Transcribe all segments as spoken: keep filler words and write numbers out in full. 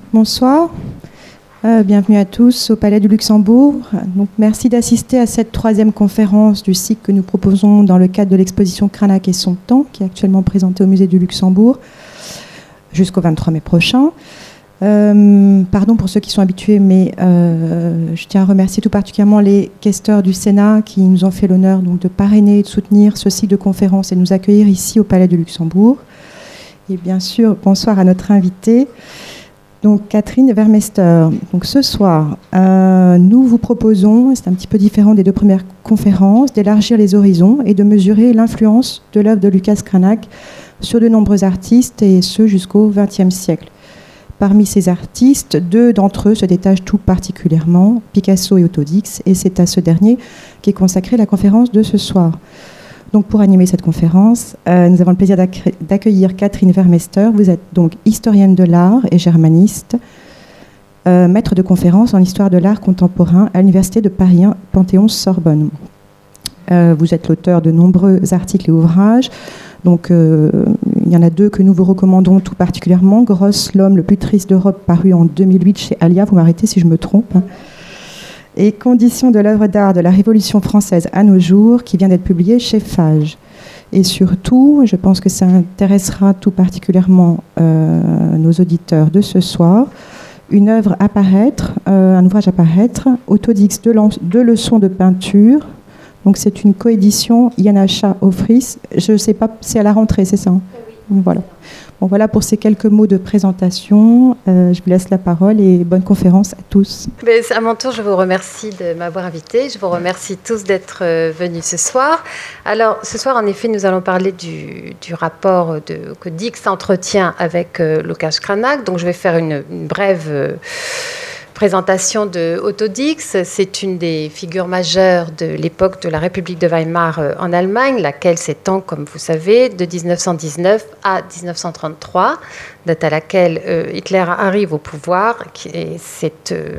bonsoir. Euh, bienvenue à tous au Palais du Luxembourg. Donc, merci d'assister à cette troisième conférence du cycle que nous proposons dans le cadre de l'exposition Cranach et son temps, qui est actuellement présentée au Musée du Luxembourg jusqu'au vingt-trois mai prochain. Euh, pardon pour ceux qui sont habitués, mais euh, je tiens à remercier tout particulièrement les questeurs du Sénat qui nous ont fait l'honneur donc, de parrainer et de soutenir ce cycle de conférences et de nous accueillir ici au Palais du Luxembourg. Et bien sûr, bonsoir à notre invitée, donc Catherine Vermester. Donc ce soir, euh, nous vous proposons, c'est un petit peu différent des deux premières conférences, d'élargir les horizons et de mesurer l'influence de l'œuvre de Lucas Cranach sur de nombreux artistes, et ce jusqu'au vingtième siècle. Parmi ces artistes, deux d'entre eux se détachent tout particulièrement, Picasso et Otto Dix, et c'est à ce dernier qu'est consacrée la conférence de ce soir. Donc pour animer cette conférence, euh, nous avons le plaisir d'accueillir Catherine Vermester. Vous êtes donc historienne de l'art et germaniste, euh, maître de conférence en histoire de l'art contemporain à l'Université de Paris un, Panthéon-Sorbonne. Euh, vous êtes l'auteur de nombreux articles et ouvrages. Donc, euh, il y en a deux que nous vous recommandons tout particulièrement. Grosse, l'homme le plus triste d'Europe, paru en deux mille huit chez Alia. Vous m'arrêtez si je me trompe. Hein. Et Conditions de l'œuvre d'art de la Révolution française à nos jours, qui vient d'être publié chez Fage. Et surtout, je pense que ça intéressera tout particulièrement euh, nos auditeurs de ce soir, une œuvre à paraître, euh, un ouvrage à paraître, Otto Dix, deux, deux leçons de peinture. Donc c'est une coédition Yanacha Ofris. Je ne sais pas, c'est à la rentrée, c'est ça hein? Oui. Voilà. Bon, voilà pour ces quelques mots de présentation. Euh, je vous laisse la parole et bonne conférence à tous. Mais à mon tour, je vous remercie de m'avoir invité. Je vous remercie tous d'être venus ce soir. Alors, ce soir, en effet, nous allons parler du, du rapport de, que Dix entretient avec euh, Lucas Cranach. Donc, je vais faire une, une brève... Euh, présentation de Otto Dix. C'est une des figures majeures de l'époque de la République de Weimar en Allemagne, laquelle s'étend, comme vous savez, de dix-neuf cent dix-neuf à dix-neuf cent trente-trois, date à laquelle euh, Hitler arrive au pouvoir. Et cette, euh,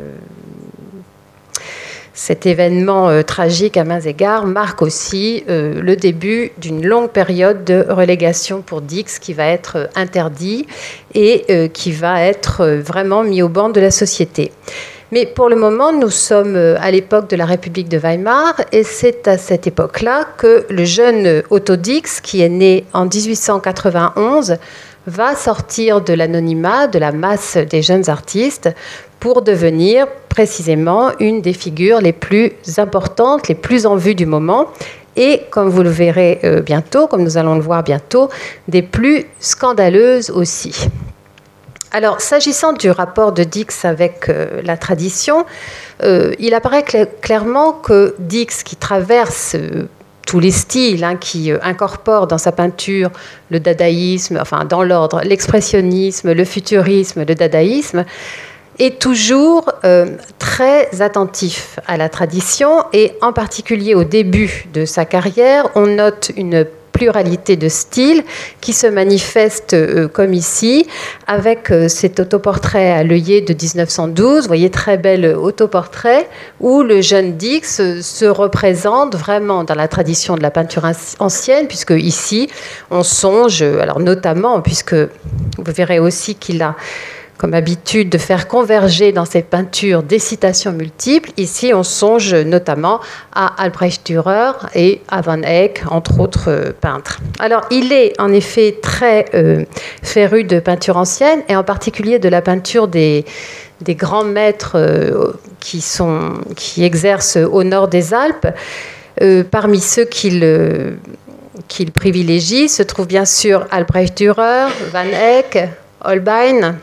cet événement euh, tragique à mains égards marque aussi euh, le début d'une longue période de relégation pour Dix qui va être euh, interdit et euh, qui va être euh, vraiment mis au banc de la société. Mais pour le moment, nous sommes euh, à l'époque de la République de Weimar et c'est à cette époque-là que le jeune Otto Dix, qui est né en dix-huit cent quatre-vingt-onze, va sortir de l'anonymat, de la masse des jeunes artistes, pour devenir précisément une des figures les plus importantes, les plus en vue du moment, et comme vous le verrez euh, bientôt, comme nous allons le voir bientôt, des plus scandaleuses aussi. Alors, s'agissant du rapport de Dix avec euh, la tradition, euh, il apparaît cl- clairement que Dix, qui traverse euh, tous les styles, hein, qui euh, incorpore dans sa peinture le dadaïsme, enfin dans l'ordre, l'expressionnisme, le futurisme, le dadaïsme, est toujours euh, très attentif à la tradition et en particulier au début de sa carrière, on note une pluralité de styles qui se manifeste euh, comme ici avec euh, cet autoportrait à l'œillet de dix-neuf cent douze, vous voyez, très bel autoportrait où le jeune Dix euh, se représente vraiment dans la tradition de la peinture ancienne, puisque ici on songe, alors notamment puisque vous verrez aussi qu'il a comme habitude de faire converger dans ses peintures des citations multiples. Ici, on songe notamment à Albrecht Dürer et à Van Eyck, entre autres euh, peintres. Alors, il est en effet très euh, féru de peinture ancienne, et en particulier de la peinture des, des grands maîtres euh, qui, sont, qui exercent au nord des Alpes. Euh, parmi ceux qu'il... Euh, qu'il privilégie se trouve bien sûr Albrecht Dürer, Van Eyck, Holbein,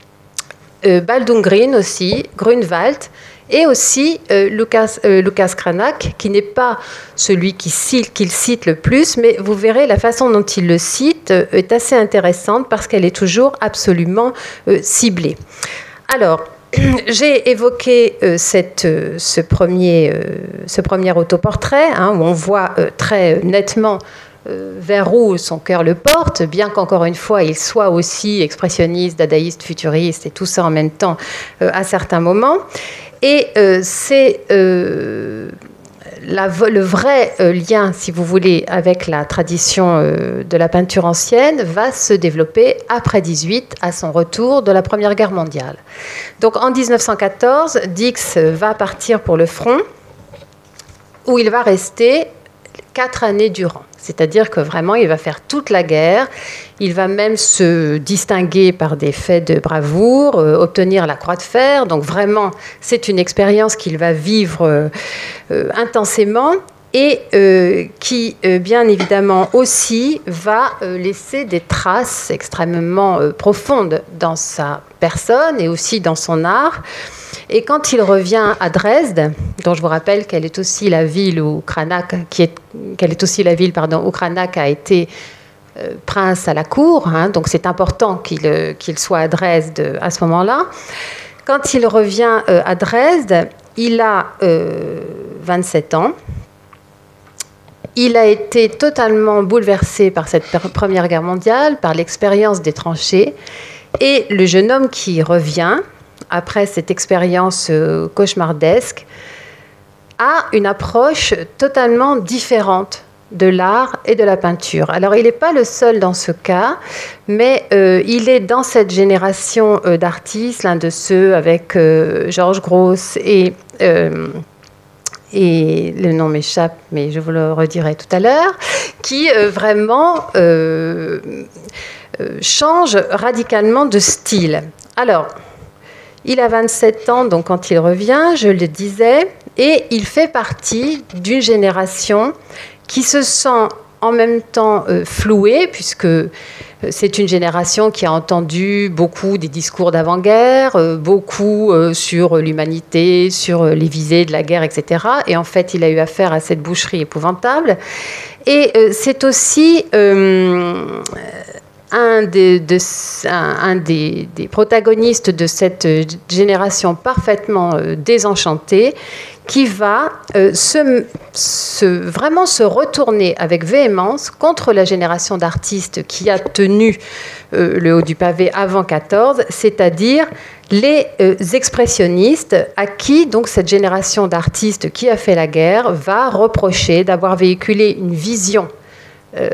Euh, Baldung-Grün aussi, Grunewald, et aussi euh, Lucas, euh, Lucas Cranach, qui n'est pas celui qui cite, qu'il cite le plus, mais vous verrez la façon dont il le cite euh, est assez intéressante parce qu'elle est toujours absolument euh, ciblée. Alors, j'ai évoqué euh, cette, euh, ce, premier, euh, ce premier autoportrait, hein, où on voit euh, très nettement vers où son cœur le porte, bien qu'encore une fois, il soit aussi expressionniste, dadaïste, futuriste, et tout ça en même temps euh, à certains moments. Et euh, c'est euh, la, le vrai euh, lien, si vous voulez, avec la tradition euh, de la peinture ancienne va se développer après dix-huit, à son retour de la Première Guerre mondiale. Donc en dix-neuf cent quatorze, Dix va partir pour le front, où il va rester quatre années durant. C'est-à-dire que vraiment, il va faire toute la guerre. Il va même se distinguer par des faits de bravoure, euh, obtenir la croix de fer. Donc vraiment, c'est une expérience qu'il va vivre euh, euh, intensément et euh, qui, euh, bien évidemment, aussi va euh, laisser des traces extrêmement euh, profondes dans sa personne et aussi dans son art. Et quand il revient à Dresde, dont je vous rappelle qu'elle est aussi la ville où Cranach, qui est, qu'elle est aussi la ville, pardon, où Cranach a été euh, prince à la cour, hein, donc c'est important qu'il, euh, qu'il soit à Dresde à ce moment-là. Quand il revient euh, à Dresde, il a euh, vingt-sept ans. Il a été totalement bouleversé par cette Première Guerre mondiale, par l'expérience des tranchées. Et le jeune homme qui revient, après cette expérience euh, cauchemardesque, a une approche totalement différente de l'art et de la peinture. Alors, il n'est pas le seul dans ce cas, mais euh, il est dans cette génération euh, d'artistes, l'un de ceux avec euh, Georges Grosz et, euh, et le nom m'échappe, mais je vous le redirai tout à l'heure, qui euh, vraiment euh, euh, change radicalement de style. Alors, il a vingt-sept ans, donc quand il revient, je le disais, et il fait partie d'une génération qui se sent en même temps euh, flouée, puisque c'est une génération qui a entendu beaucoup des discours d'avant-guerre, euh, beaucoup euh, sur l'humanité, sur les visées de la guerre, et cetera. Et en fait, il a eu affaire à cette boucherie épouvantable. Et euh, c'est aussi... Euh, Un, des, de, un, un des, des protagonistes de cette génération parfaitement euh, désenchantée qui va euh, se, se, vraiment se retourner avec véhémence contre la génération d'artistes qui a tenu euh, le haut du pavé avant quatorze, c'est-à-dire les euh, expressionnistes à qui donc cette génération d'artistes qui a fait la guerre va reprocher d'avoir véhiculé une vision euh,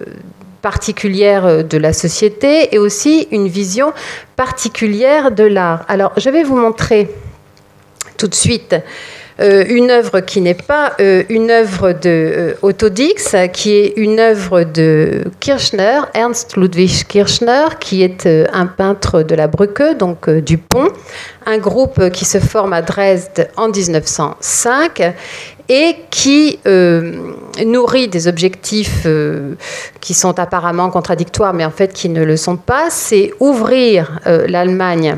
particulière de la société et aussi une vision particulière de l'art. Alors, je vais vous montrer tout de suite euh, une œuvre qui n'est pas euh, une œuvre de euh, Otto Dix, qui est une œuvre de Kirchner, Ernst Ludwig Kirchner, qui est euh, un peintre de la Brücke, donc euh, du pont, un groupe qui se forme à Dresde en dix-neuf cent cinq et qui euh, nourrit des objectifs euh, qui sont apparemment contradictoires, mais en fait qui ne le sont pas, c'est ouvrir euh, l'Allemagne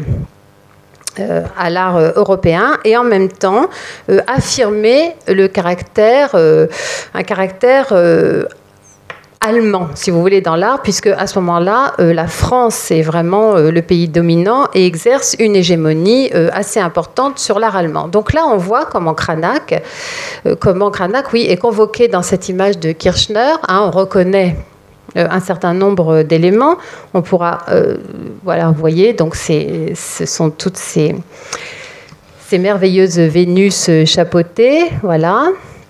euh, à l'art euh, européen et en même temps euh, affirmer le caractère, euh, un caractère euh, allemand, si vous voulez, dans l'art, puisque à ce moment-là, euh, la France est vraiment euh, le pays dominant et exerce une hégémonie euh, assez importante sur l'art allemand. Donc là, on voit comment Cranach, euh, comment Cranach, oui, est convoqué dans cette image de Kirchner. Hein, on reconnaît euh, un certain nombre d'éléments. On pourra, euh, voilà, vous voyez, donc c'est, ce sont toutes ces, ces merveilleuses Vénus chapeautées, voilà.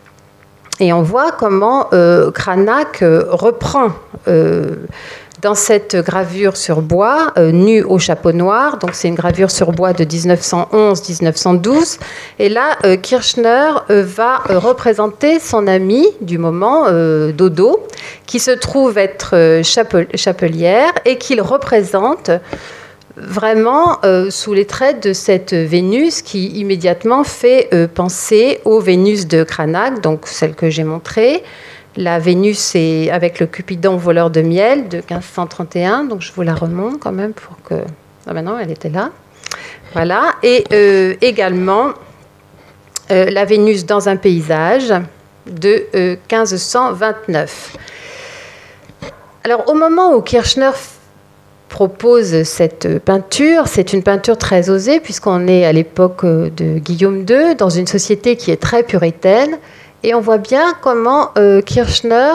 Et on voit comment euh, Cranach euh, reprend euh, dans cette gravure sur bois, euh, nu au chapeau noir. Donc c'est une gravure sur bois de dix-neuf cent onze à dix-neuf cent douze. Et là, euh, Kirchner euh, va euh, représenter son ami du moment, euh, Dodo, qui se trouve être euh, chapel- chapelière et qu'il représente vraiment euh, sous les traits de cette Vénus qui immédiatement fait euh, penser aux Vénus de Cranach, donc celle que j'ai montrée. La Vénus est avec le Cupidon voleur de miel de quinze cent trente et un, donc je vous la remonte quand même pour que... Ah ben non, elle était là. Voilà. Et euh, également euh, la Vénus dans un paysage de euh, quinze cent vingt-neuf. Alors au moment où Kirchner propose cette peinture, c'est une peinture très osée puisqu'on est à l'époque de Guillaume deux, dans une société qui est très puritaine, et on voit bien comment euh, Kirchner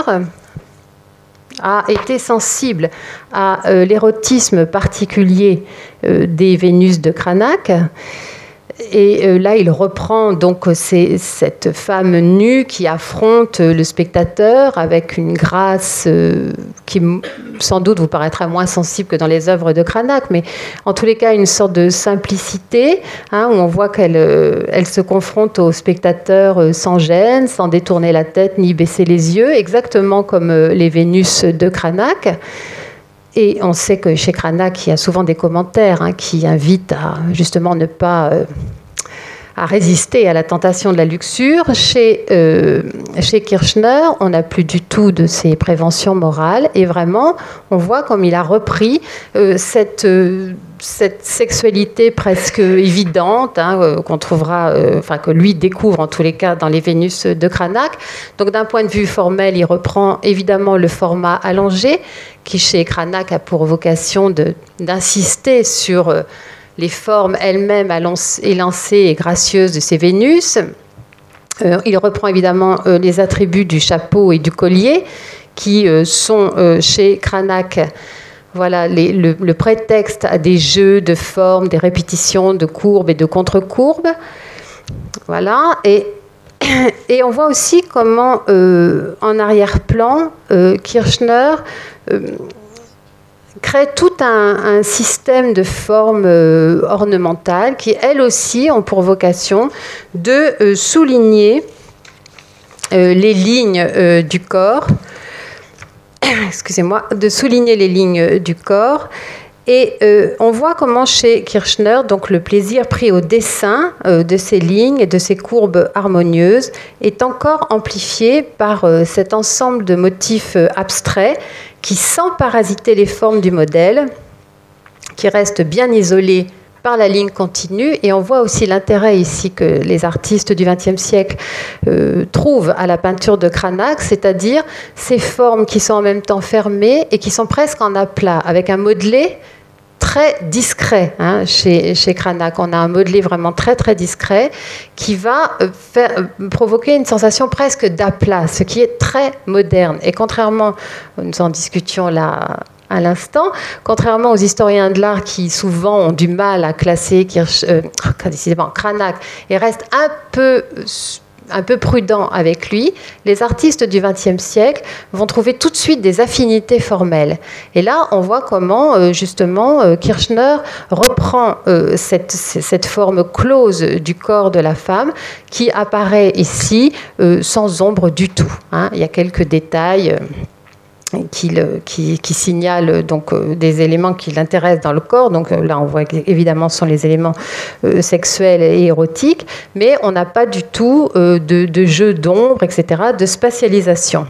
a été sensible à euh, l'érotisme particulier euh, des Vénus de Cranach, Et euh, là, il reprend donc c'est cette femme nue qui affronte le spectateur avec une grâce euh, qui sans doute vous paraîtra moins sensible que dans les œuvres de Cranach, mais en tous les cas une sorte de simplicité, hein, où on voit qu'elle euh, elle se confronte au spectateur euh, sans gêne, sans détourner la tête ni baisser les yeux, exactement comme euh, les Vénus de Cranach. Et on sait que chez Cranach, il y a souvent des commentaires hein, qui invitent à justement ne pas euh, à résister à la tentation de la luxure. Chez, euh, chez Kirchner, on n'a plus du tout de ces préventions morales. Et vraiment, on voit comme il a repris euh, cette, euh, cette sexualité presque évidente hein, euh, qu'on trouvera, euh, enfin que lui découvre en tous les cas dans les Vénus de Cranach. Donc d'un point de vue formel, il reprend évidemment le format allongé, qui chez Cranach a pour vocation de, d'insister sur euh, les formes elles-mêmes élancées et gracieuses de ces Vénus. Euh, il reprend évidemment euh, les attributs du chapeau et du collier, qui euh, sont euh, chez Cranach voilà, les, le, le prétexte à des jeux de formes, des répétitions de courbes et de contre-courbes. Voilà, et Et on voit aussi comment, euh, en arrière-plan, euh, Kirchner euh, crée tout un, un système de formes euh, ornementales qui, elles aussi, ont pour vocation de euh, souligner euh, les lignes euh, du corps, excusez-moi, de souligner les lignes du corps. Et euh, on voit comment chez Kirchner, donc le plaisir pris au dessin euh, de ces lignes et de ces courbes harmonieuses est encore amplifié par euh, cet ensemble de motifs euh, abstraits qui, sans parasiter les formes du modèle, qui restent bien isolés par la ligne continue. Et on voit aussi l'intérêt ici que les artistes du vingtième siècle euh, trouvent à la peinture de Cranach, c'est-à-dire ces formes qui sont en même temps fermées et qui sont presque en aplat, avec un modelé très discret hein, chez, chez Cranach. On a un modelé vraiment très très discret qui va faire, provoquer une sensation presque d'aplat, ce qui est très moderne. Et contrairement, nous en discutions là à l'instant, contrairement aux historiens de l'art qui souvent ont du mal à classer Kirch, euh, décidément, Cranach et restent un peu, un peu prudents avec lui, les artistes du vingtième siècle vont trouver tout de suite des affinités formelles. Et là, on voit comment, euh, justement, euh, Kirchner reprend euh, cette, cette forme close du corps de la femme qui apparaît ici euh, sans ombre du tout. Hein. Il y a quelques détails Euh, Qui, le, qui, qui signale donc euh, des éléments qui l'intéressent dans le corps. Donc euh, là, on voit évidemment ce sont les éléments euh, sexuels et érotiques, mais on n'a pas du tout euh, de, de jeu d'ombre, et cetera, de spatialisation.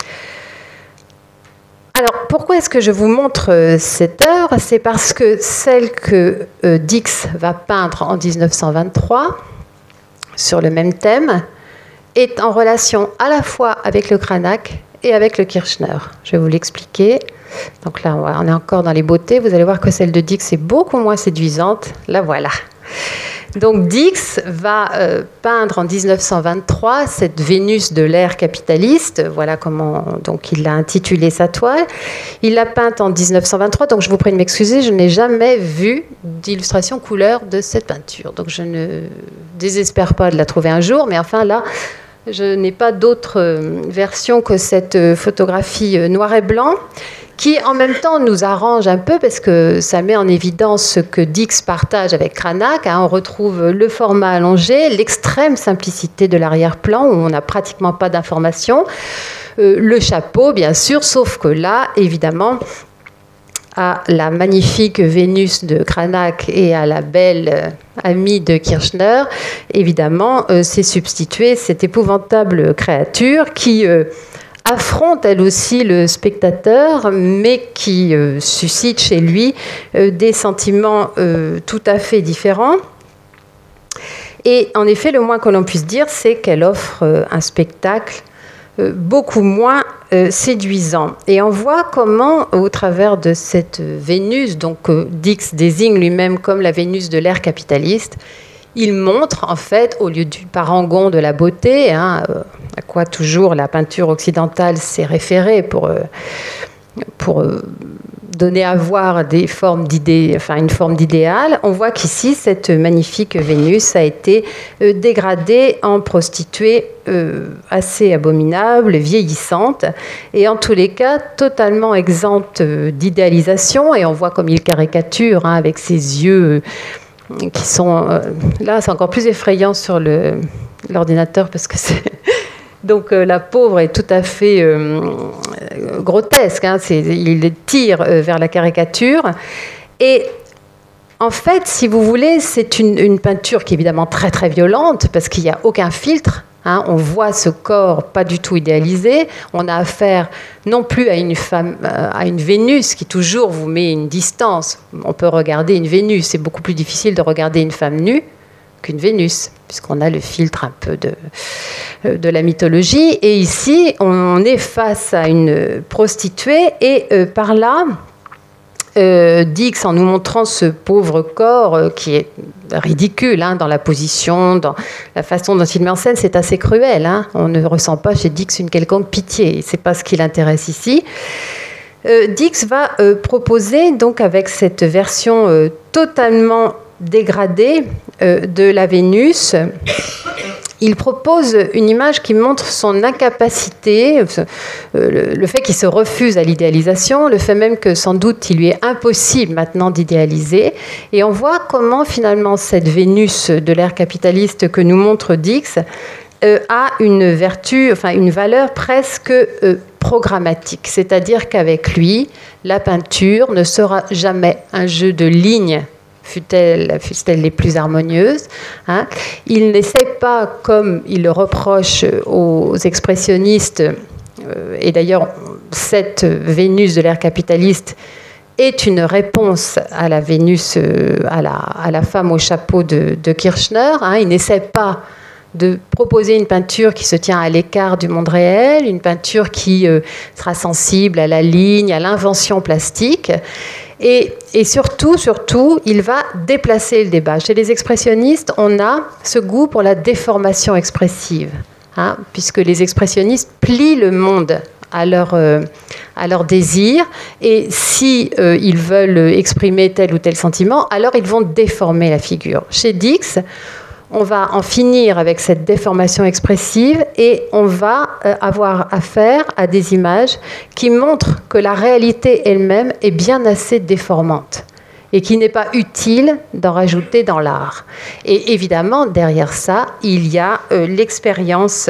Alors, pourquoi est-ce que je vous montre euh, cette œuvre ? C'est parce que celle que euh, Dix va peindre en dix-neuf cent vingt-trois, sur le même thème, est en relation à la fois avec le Cranach et avec le Kirchner. Je vais vous l'expliquer. Donc là, on est encore dans les beautés. Vous allez voir que celle de Dix est beaucoup moins séduisante. La voilà. Donc Dix va euh, peindre en dix-neuf cent vingt-trois cette Vénus de l'ère capitaliste. Voilà comment donc, il a intitulé sa toile. Il l'a peinte en dix-neuf cent vingt-trois. Donc je vous prie de m'excuser, je n'ai jamais vu d'illustration couleur de cette peinture. Donc je ne désespère pas de la trouver un jour. Mais enfin là, je n'ai pas d'autre version que cette photographie noir et blanc qui, en même temps, nous arrange un peu parce que ça met en évidence ce que Dix partage avec Cranach. Hein. On retrouve le format allongé, l'extrême simplicité de l'arrière-plan où on n'a pratiquement pas d'informations, euh, le chapeau, bien sûr, sauf que là, évidemment, à la magnifique Vénus de Cranach et à la belle euh, amie de Kirchner, évidemment, euh, s'est substituée cette épouvantable créature qui euh, affronte elle aussi le spectateur, mais qui euh, suscite chez lui euh, des sentiments euh, tout à fait différents. Et en effet, le moins que l'on puisse dire, c'est qu'elle offre euh, un spectacle beaucoup moins euh, séduisant. Et on voit comment, au travers de cette Vénus, donc euh, Dix désigne lui-même comme la Vénus de l'ère capitaliste, il montre en fait, au lieu du parangon de la beauté, hein, euh, à quoi toujours la peinture occidentale s'est référée pour, euh, pour euh, donner à voir des formes d'idées, enfin une forme d'idéal, on voit qu'ici, cette magnifique Vénus a été euh, dégradée en prostituée euh, assez abominable, vieillissante, et en tous les cas, totalement exempte euh, d'idéalisation, et on voit comme il caricature, hein, avec ses yeux euh, qui sont... Euh, là, c'est encore plus effrayant sur le, l'ordinateur, parce que c'est... Donc euh, la pauvre est tout à fait euh, grotesque, hein, c'est, il tire euh, vers la caricature. Et en fait, si vous voulez, c'est une, une peinture qui est évidemment très très violente parce qu'il n'y a aucun filtre. Hein, on voit ce corps pas du tout idéalisé. On a affaire non plus à une femme, à une Vénus qui toujours vous met une distance. On peut regarder une Vénus, c'est beaucoup plus difficile de regarder une femme nue qu'une Vénus, puisqu'on a le filtre un peu de, de la mythologie. Et ici, on est face à une prostituée, et euh, par là, euh, Dix, en nous montrant ce pauvre corps euh, qui est ridicule, hein, dans la position, dans la façon dont il met en scène, c'est assez cruel. Hein. On ne ressent pas chez Dix une quelconque pitié, c'est pas ce qui l'intéresse ici. Euh, Dix va euh, proposer, donc avec cette version euh, totalement dégradée euh, de la Vénus, il propose une image qui montre son incapacité, euh, le, le fait qu'il se refuse à l'idéalisation, le fait même que sans doute il lui est impossible maintenant d'idéaliser. Et on voit comment finalement cette Vénus de l'ère capitaliste que nous montre Dix euh, a une vertu, enfin une valeur presque euh, programmatique. C'est-à-dire qu'avec lui, la peinture ne sera jamais un jeu de lignes, fut-elle, fut-elle les plus harmonieuses. Hein. Il n'essaie pas, comme il le reproche aux expressionnistes, euh, et d'ailleurs cette Vénus de l'ère capitaliste est une réponse à la Vénus, euh, à, la, à la femme au chapeau de, de Kirchner. Hein. Il n'essaie pas de proposer une peinture qui se tient à l'écart du monde réel, une peinture qui euh, sera sensible à la ligne, à l'invention plastique. Et, et surtout, surtout, il va déplacer le débat. Chez les expressionnistes, on a ce goût pour la déformation expressive, hein, puisque les expressionnistes plient le monde à leur, euh, à leur désir, et si euh, ils veulent exprimer tel ou tel sentiment, alors ils vont déformer la figure. Chez Dix, on va en finir avec cette déformation expressive et on va avoir affaire à des images qui montrent que la réalité elle-même est bien assez déformante et qu'il n'est pas utile d'en rajouter dans l'art. Et évidemment, derrière ça, il y a euh, l'expérience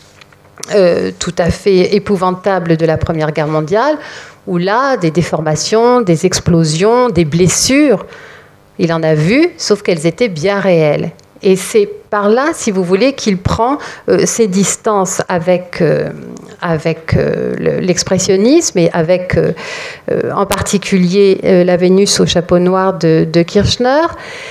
euh, tout à fait épouvantable de la Première Guerre mondiale, où là, des déformations, des explosions, des blessures, il en a vu, sauf qu'elles étaient bien réelles. Et c'est par là, si vous voulez, qu'il prend euh, ses distances avec, euh, avec euh, le, l'expressionnisme et avec euh, euh, en particulier euh, la Vénus au chapeau noir de, de Kirchner.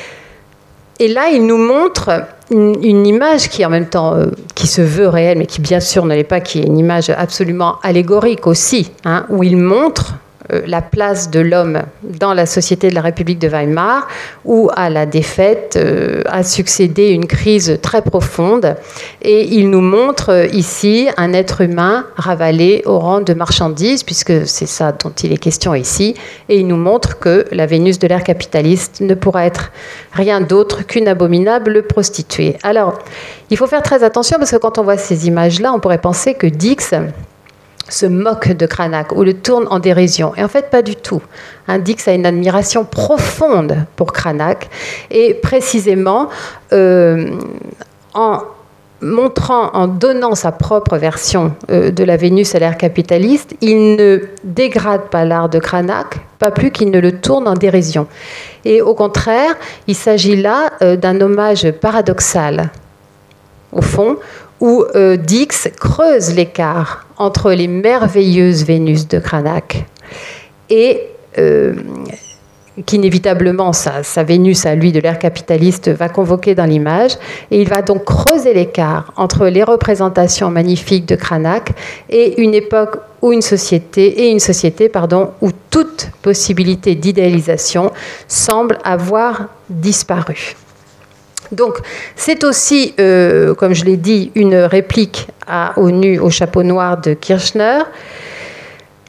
Et là, il nous montre une, une image qui, en même temps, euh, qui se veut réelle, mais qui, bien sûr, ne l'est pas, qui est une image absolument allégorique aussi, hein, où il montre la place de l'homme dans la société de la République de Weimar, où à la défaite euh, a succédé une crise très profonde. Et il nous montre ici un être humain ravalé au rang de marchandise, puisque c'est ça dont il est question ici. Et il nous montre que la Vénus de l'ère capitaliste ne pourra être rien d'autre qu'une abominable prostituée. Alors, il faut faire très attention, parce que quand on voit ces images-là, on pourrait penser que Dix se moque de Cranach ou le tourne en dérision. Et en fait, pas du tout. Hein, Dix a une admiration profonde pour Cranach, et précisément euh, en montrant, en donnant sa propre version euh, de la Vénus à l'ère capitaliste, il ne dégrade pas l'art de Cranach, pas plus qu'il ne le tourne en dérision. Et au contraire, il s'agit là euh, d'un hommage paradoxal, au fond, où euh, Dix creuse l'écart entre les merveilleuses Vénus de Cranach et euh, qu'inévitablement sa, sa Vénus à lui de l'ère capitaliste va convoquer dans l'image, et il va donc creuser l'écart entre les représentations magnifiques de Cranach et une époque où une société et une société pardon où toute possibilité d'idéalisation semble avoir disparu. Donc, c'est aussi, euh, comme je l'ai dit, une réplique à, au nu au chapeau noir de Kirchner.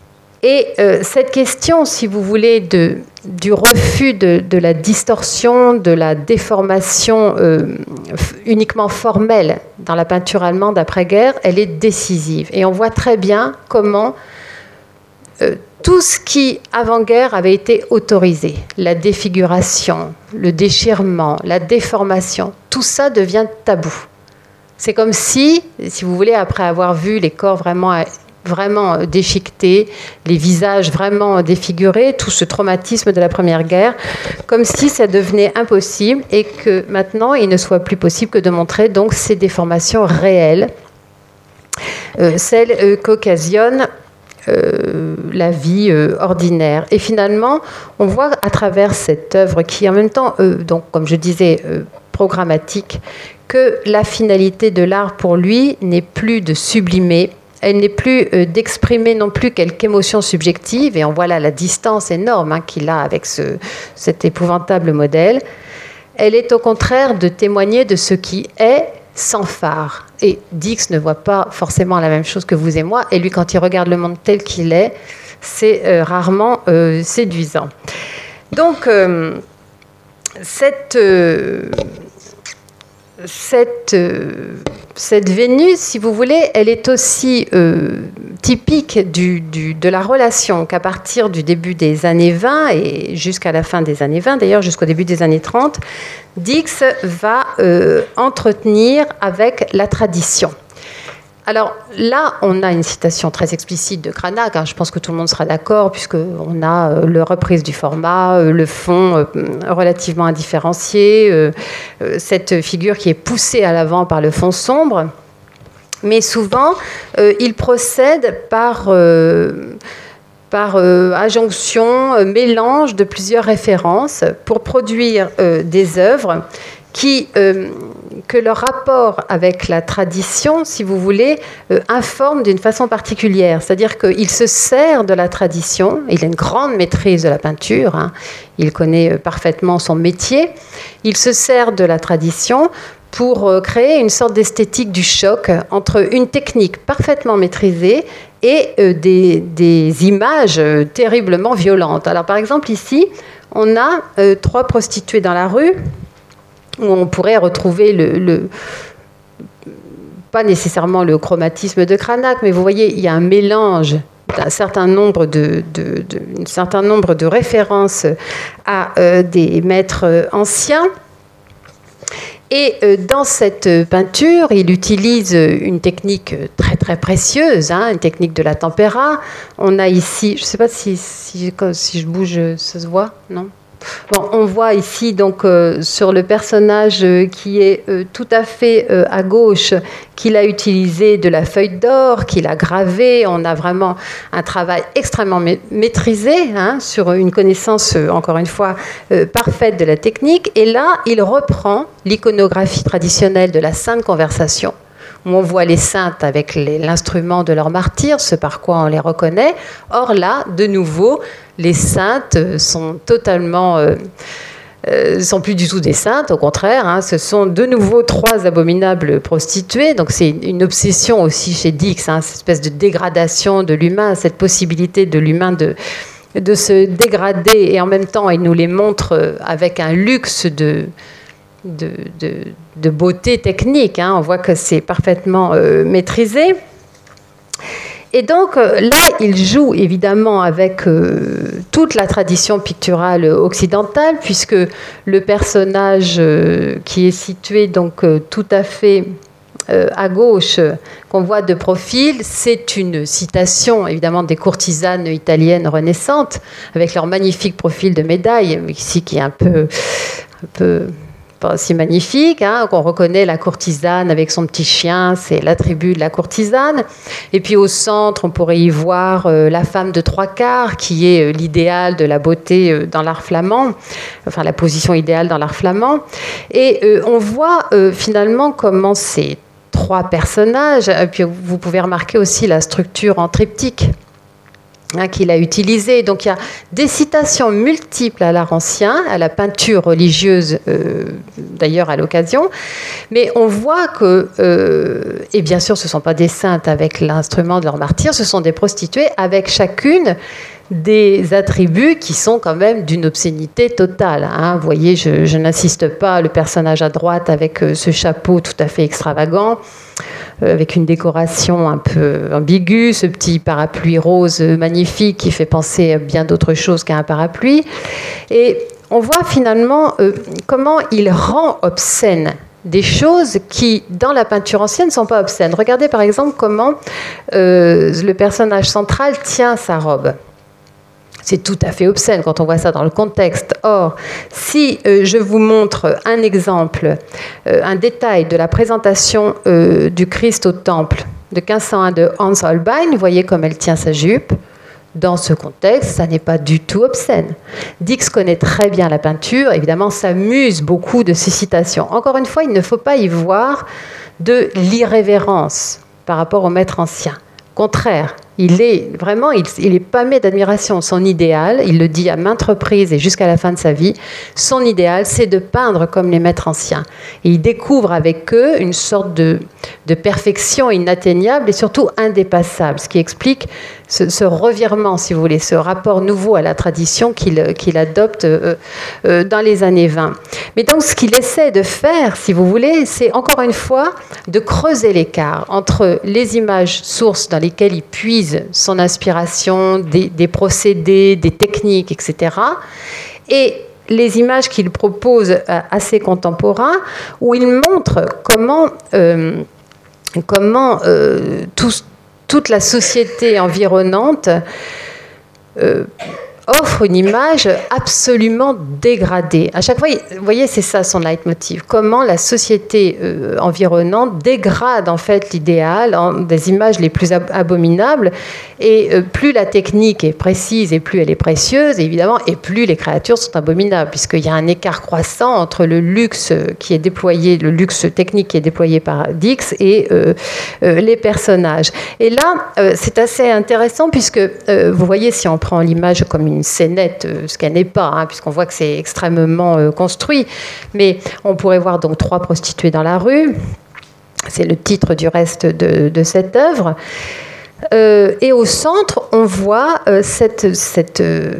Et euh, cette question, si vous voulez, de, du refus de, de la distorsion, de la déformation euh, uniquement formelle dans la peinture allemande après-guerre, elle est décisive. Et on voit très bien comment euh, tout ce qui, avant-guerre, avait été autorisé, la défiguration, le déchirement, la déformation, tout ça devient tabou. C'est comme si, si vous voulez, après avoir vu les corps vraiment... vraiment déchiquetés, les visages vraiment défigurés, tout ce traumatisme de la Première Guerre, comme si ça devenait impossible et que maintenant il ne soit plus possible que de montrer donc ces déformations réelles, euh, celles euh, qu'occasionnent euh, la vie euh, ordinaire. Et finalement, on voit à travers cette œuvre qui en même temps, euh, donc comme je disais, euh, programmatique, que la finalité de l'art pour lui n'est plus de sublimer. Elle n'est plus euh, d'exprimer non plus quelque émotion subjective, et on voit là la distance énorme hein, qu'il a avec ce, cet épouvantable modèle. Elle est au contraire de témoigner de ce qui est sans phare. Et Dix ne voit pas forcément la même chose que vous et moi, et lui, quand il regarde le monde tel qu'il est, c'est euh, rarement euh, séduisant. Donc, euh, cette... Euh, Cette, euh, cette Vénus, si vous voulez, elle est aussi euh, typique du, du, de la relation qu'à partir du début des années vingt et jusqu'à la fin des années vingt, d'ailleurs jusqu'au début des années trente, Dix va euh, entretenir avec la tradition. Alors là, on a une citation très explicite de Cranach, hein, je pense que tout le monde sera d'accord, puisqu'on a euh, la reprise du format, euh, le fond euh, relativement indifférencié, euh, euh, cette figure qui est poussée à l'avant par le fond sombre. Mais souvent, euh, il procède par, euh, par euh, adjonction, euh, mélange de plusieurs références pour produire euh, des œuvres qui, euh, que leur rapport avec la tradition, si vous voulez, euh, informe d'une façon particulière. C'est-à-dire qu'il se sert de la tradition, il a une grande maîtrise de la peinture, hein, il connaît parfaitement son métier, il se sert de la tradition pour euh, créer une sorte d'esthétique du choc entre une technique parfaitement maîtrisée et euh, des, des images euh, terriblement violentes. Alors par exemple ici, on a euh, trois prostituées dans la rue, où on pourrait retrouver le, le, pas nécessairement le chromatisme de Cranach, mais vous voyez, il y a un mélange d'un certain nombre de, de, de, un certain nombre de références à euh, des maîtres anciens. Et euh, dans cette peinture, il utilise une technique très très précieuse, hein, une technique de la tempéra. On a ici, je ne sais pas si, si, si je bouge, ça se voit, non ? Bon, on voit ici donc euh, sur le personnage euh, qui est euh, tout à fait euh, à gauche, qu'il a utilisé de la feuille d'or, qu'il a gravé. On a vraiment un travail extrêmement ma- maîtrisé hein, sur une connaissance, euh, encore une fois, euh, parfaite de la technique. Et là, il reprend l'iconographie traditionnelle de la Sainte Conversation, où on voit les saintes avec les, l'instrument de leur martyr, ce par quoi on les reconnaît. Or là, de nouveau, les saintes sont totalement... Euh, euh, sont plus du tout des saintes, au contraire. Hein, ce sont de nouveau trois abominables prostituées. Donc c'est une obsession aussi chez Dix, hein, cette espèce de dégradation de l'humain, cette possibilité de l'humain de, de se dégrader. Et en même temps, il nous les montre avec un luxe de... De, de, de beauté technique. Hein. On voit que c'est parfaitement euh, maîtrisé. Et donc euh, là, il joue évidemment avec euh, toute la tradition picturale occidentale, puisque le personnage euh, qui est situé donc euh, tout à fait euh, à gauche, qu'on voit de profil, c'est une citation évidemment des courtisanes italiennes renaissantes, avec leur magnifique profil de médaille, ici qui est un peu... Un peu pas si magnifique, hein, qu'on reconnaît la courtisane avec son petit chien, c'est l'attribut de la courtisane. Et puis au centre, on pourrait y voir euh, la femme de trois quarts, qui est euh, l'idéal de la beauté euh, dans l'art flamand, enfin la position idéale dans l'art flamand. Et euh, on voit euh, finalement comment ces trois personnages, et puis vous pouvez remarquer aussi la structure en triptyque, hein, qu'il a utilisées. Donc il y a des citations multiples à l'art ancien, à la peinture religieuse, euh, d'ailleurs à l'occasion. Mais on voit que, euh, et bien sûr ce ne sont pas des saintes avec l'instrument de leur martyre, ce sont des prostituées avec chacune des attributs qui sont quand même d'une obscénité totale. Hein. Vous voyez, je, je n'insiste pas, le personnage à droite avec ce chapeau tout à fait extravagant, avec une décoration un peu ambiguë, ce petit parapluie rose magnifique qui fait penser à bien d'autres choses qu'à un parapluie. Et on voit finalement euh, comment il rend obscène des choses qui, dans la peinture ancienne, ne sont pas obscènes. Regardez par exemple comment euh, le personnage central tient sa robe. C'est tout à fait obscène quand on voit ça dans le contexte. Or, si euh, je vous montre un exemple, euh, un détail de la présentation euh, du Christ au Temple de quinze cent un de Hans Holbein, vous voyez comme elle tient sa jupe. Dans ce contexte, ça n'est pas du tout obscène. Dix connaît très bien la peinture, évidemment, s'amuse beaucoup de ces citations. Encore une fois, il ne faut pas y voir de l'irrévérence par rapport au maître ancien. Au contraire, il est vraiment, il, il est pâmé d'admiration. Son idéal, il le dit à maintes reprises et jusqu'à la fin de sa vie, son idéal, c'est de peindre comme les maîtres anciens. Et il découvre avec eux une sorte de, de perfection inatteignable et surtout indépassable, ce qui explique ce, ce revirement, si vous voulez, ce rapport nouveau à la tradition qu'il, qu'il adopte euh, euh, dans les années vingt. Mais donc, ce qu'il essaie de faire, si vous voulez, c'est encore une fois de creuser l'écart entre les images sources dans lesquelles il puise son inspiration, des, des procédés, des techniques, et cetera, et les images qu'il propose à, à ses contemporains, où il montre comment, euh, comment euh, tout, toute la société environnante euh, offre une image absolument dégradée. À chaque fois, vous voyez, c'est ça son leitmotiv. Comment la société euh, environnante dégrade en fait l'idéal en des images les plus ab- abominables. Et euh, plus la technique est précise et plus elle est précieuse, évidemment, et plus les créatures sont abominables, puisqu'il y a un écart croissant entre le luxe qui est déployé, le luxe technique qui est déployé par Dix et euh, euh, les personnages. Et là, euh, c'est assez intéressant puisque euh, vous voyez, si on prend l'image comme une une scénette, ce qu'elle n'est pas, hein, puisqu'on voit que c'est extrêmement euh, construit. Mais on pourrait voir donc trois prostituées dans la rue. C'est le titre du reste de, de cette œuvre. Euh, et au centre, on voit euh, cette, cette, euh,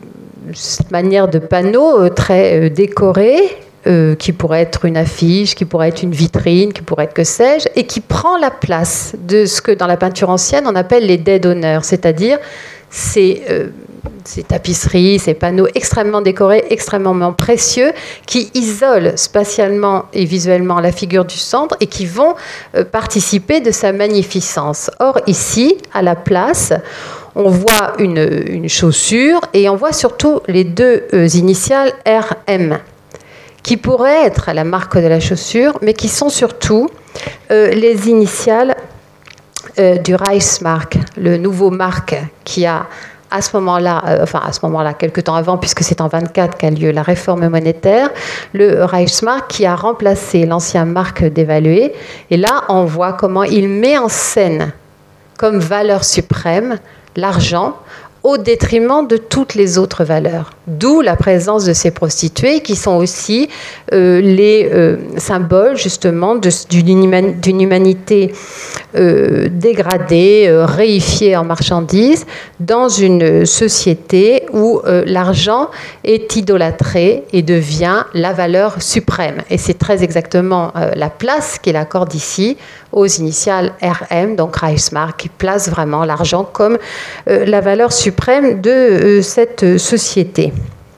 cette manière de panneau euh, très euh, décoré, euh, qui pourrait être une affiche, qui pourrait être une vitrine, qui pourrait être que sais-je, et qui prend la place de ce que dans la peinture ancienne on appelle les dais d'honneur, c'est-à-dire ces, euh, ces tapisseries, ces panneaux extrêmement décorés, extrêmement précieux, qui isolent spatialement et visuellement la figure du centre et qui vont euh, participer de sa magnificence. Or, ici, à la place, on voit une, une chaussure et on voit surtout les deux euh, initiales R M, qui pourraient être la marque de la chaussure, mais qui sont surtout euh, les initiales Euh, du Reichsmark, le nouveau marque qui a à ce moment-là, euh, enfin à ce moment-là, quelques temps avant, puisque c'est en vingt-quatre qu'a lieu la réforme monétaire, le Reichsmark qui a remplacé l'ancien marque dévalué. Et là, on voit comment il met en scène comme valeur suprême l'argent au détriment de toutes les autres valeurs. D'où la présence de ces prostituées qui sont aussi euh, les euh, symboles justement de, d'une, d'une humanité euh, dégradée, euh, réifiée en marchandises dans une société où euh, l'argent est idolâtré et devient la valeur suprême. Et c'est très exactement euh, la place qu'il accorde ici aux initiales R M, donc Reichsmark, qui place vraiment l'argent comme euh, la valeur suprême de euh, cette société.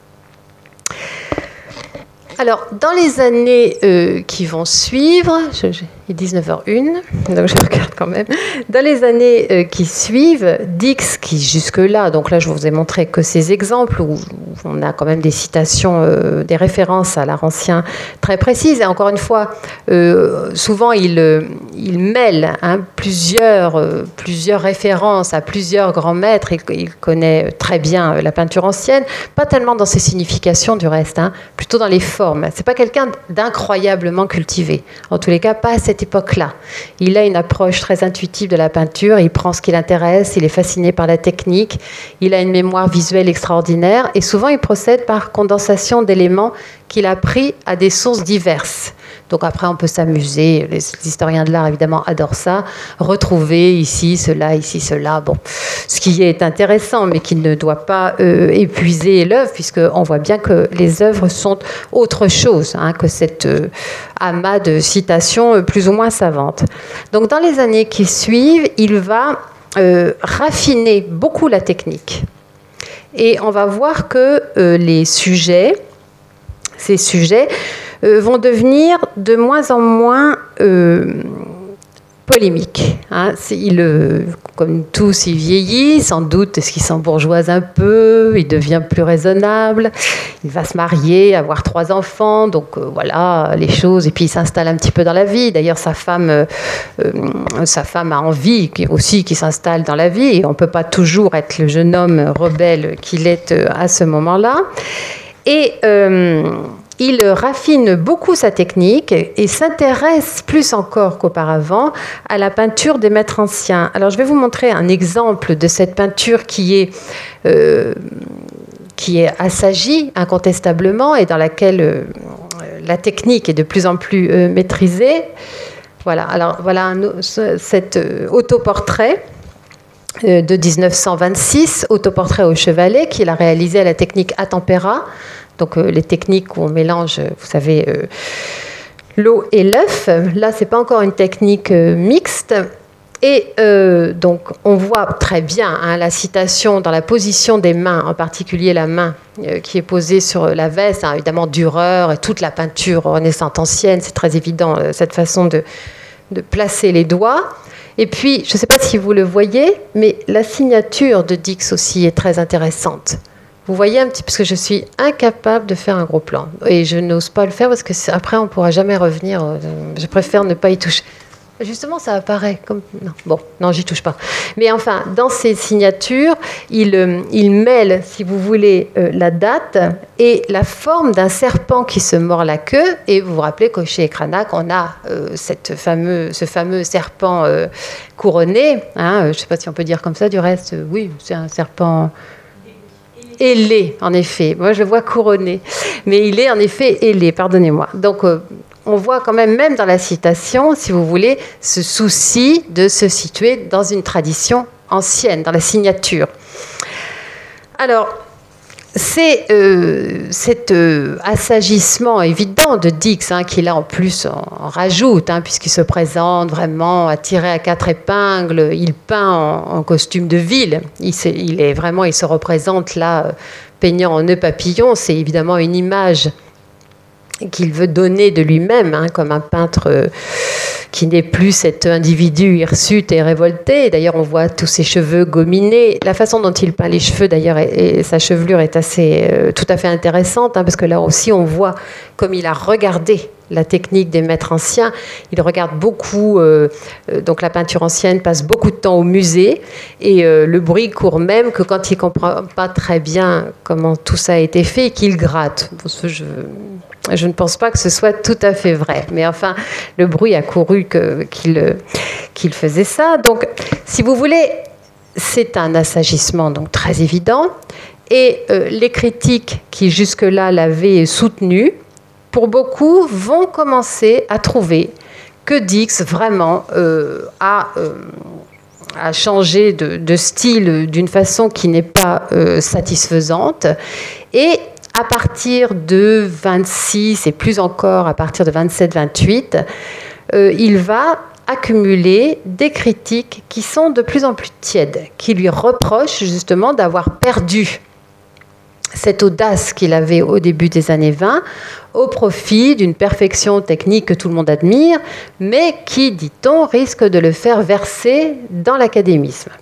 Alors, dans les années euh, qui vont suivre, je, je, il est dix-neuf heures une, donc je regarde quand même, dans les années euh, qui suivent, Dix, qui jusque-là, donc là je vous ai montré que ces exemples où, où on a quand même des citations, euh, des références à l'art ancien très précises, et encore une fois, euh, souvent il, euh, il mêle hein, plusieurs, euh, plusieurs références à plusieurs grands maîtres, il, il connaît très bien la peinture ancienne, pas tellement dans ses significations du reste, hein, plutôt dans les formes. C'est pas quelqu'un d'incroyablement cultivé. En tous les cas, pas à cette cette époque-là. Il a une approche très intuitive de la peinture, il prend ce qui l'intéresse, il est fasciné par la technique, il a une mémoire visuelle extraordinaire et souvent il procède par condensation d'éléments qu'il a pris à des sources diverses. Donc après, on peut s'amuser, les historiens de l'art évidemment adorent ça, retrouver ici, cela, ici, cela, bon, ce qui est intéressant, mais qui ne doit pas euh, épuiser l'œuvre, puisqu'on voit bien que les œuvres sont autre chose hein, que cette euh, amas de citations euh, plus ou moins savantes. Donc dans les années qui suivent, il va euh, raffiner beaucoup la technique. Et on va voir que euh, les sujets, ces sujets, Euh, vont devenir de moins en moins euh, polémiques. Hein. Il, euh, comme tous, il vieillit, sans doute, est-ce qu'il s'embourgeoise un peu, il devient plus raisonnable, il va se marier, avoir trois enfants, donc euh, voilà les choses, et puis il s'installe un petit peu dans la vie. D'ailleurs, sa femme, euh, euh, sa femme a envie aussi qu'il s'installe dans la vie, et on ne peut pas toujours être le jeune homme rebelle qu'il est euh, à ce moment-là. Et... Euh, Il raffine beaucoup sa technique et s'intéresse plus encore qu'auparavant à la peinture des maîtres anciens. Alors, je vais vous montrer un exemple de cette peinture qui est, euh, qui est assagie incontestablement et dans laquelle euh, la technique est de plus en plus euh, maîtrisée. Voilà, alors voilà un, cet euh, autoportrait euh, de dix-neuf cent vingt-six, autoportrait au chevalet, qu'il a réalisé à la technique Atempera. Donc euh, les techniques où on mélange, vous savez, euh, l'eau et l'œuf. Là, ce n'est pas encore une technique euh, mixte. Et euh, donc, on voit très bien hein, la citation dans la position des mains, en particulier la main euh, qui est posée sur la veste, hein, évidemment Dürer et toute la peinture renaissante ancienne, c'est très évident, euh, cette façon de, de placer les doigts. Et puis, je ne sais pas si vous le voyez, mais la signature de Dix aussi est très intéressante. Vous voyez un petit peu, parce que je suis incapable de faire un gros plan. Et je n'ose pas le faire parce que après, on ne pourra jamais revenir. Je préfère ne pas y toucher. Justement, ça apparaît comme... Non, bon, non, j'y touche pas. Mais enfin, dans ces signatures, il, il mêle, si vous voulez, euh, la date et la forme d'un serpent qui se mord la queue. Et vous vous rappelez que chez Cranach, on a euh, cette fameux, ce fameux serpent euh, couronné. Hein, je ne sais pas si on peut dire comme ça, du reste, euh, oui, c'est un serpent... ailé, en effet. Moi, je le vois couronné. Mais il est en effet ailé, pardonnez-moi. Donc, euh, on voit quand même, même dans la citation, si vous voulez, ce souci de se situer dans une tradition ancienne, dans la signature. Alors, c'est euh, cet euh, assagissement évident de Dix, hein, qui là en plus en, en rajoute, hein, puisqu'il se présente vraiment attiré à quatre épingles, il peint en, en costume de ville, il, il est vraiment, il se représente là, euh, peignant en nœud papillon, c'est évidemment une image qu'il veut donner de lui-même, hein, comme un peintre euh, qui n'est plus cet individu hirsute et révolté. D'ailleurs, on voit tous ses cheveux gominés. La façon dont il peint les cheveux, d'ailleurs, et, et sa chevelure est assez, euh, tout à fait intéressante, hein, parce que là aussi, on voit comme il a regardé la technique des maîtres anciens. Il regarde beaucoup, euh, euh, donc la peinture ancienne passe beaucoup de temps au musée, et euh, le bruit court même que quand il ne comprend pas très bien comment tout ça a été fait, qu'il gratte. Je, je ne pense pas que ce soit tout à fait vrai, mais enfin, le bruit a couru que, qu'il, qu'il faisait ça. Donc, si vous voulez, c'est un assagissement donc très évident, et euh, les critiques qui jusque-là l'avaient soutenu, pour beaucoup, vont commencer à trouver que Dix vraiment euh, a, euh, a changé de, de style d'une façon qui n'est pas euh, satisfaisante. Et à partir de vingt-six, et plus encore à partir de vingt-sept vingt-huit, euh, il va accumuler des critiques qui sont de plus en plus tièdes, qui lui reprochent justement d'avoir perdu cette audace qu'il avait au début des années vingt, au profit d'une perfection technique que tout le monde admire, mais qui, dit-on, risque de le faire verser dans l'académisme.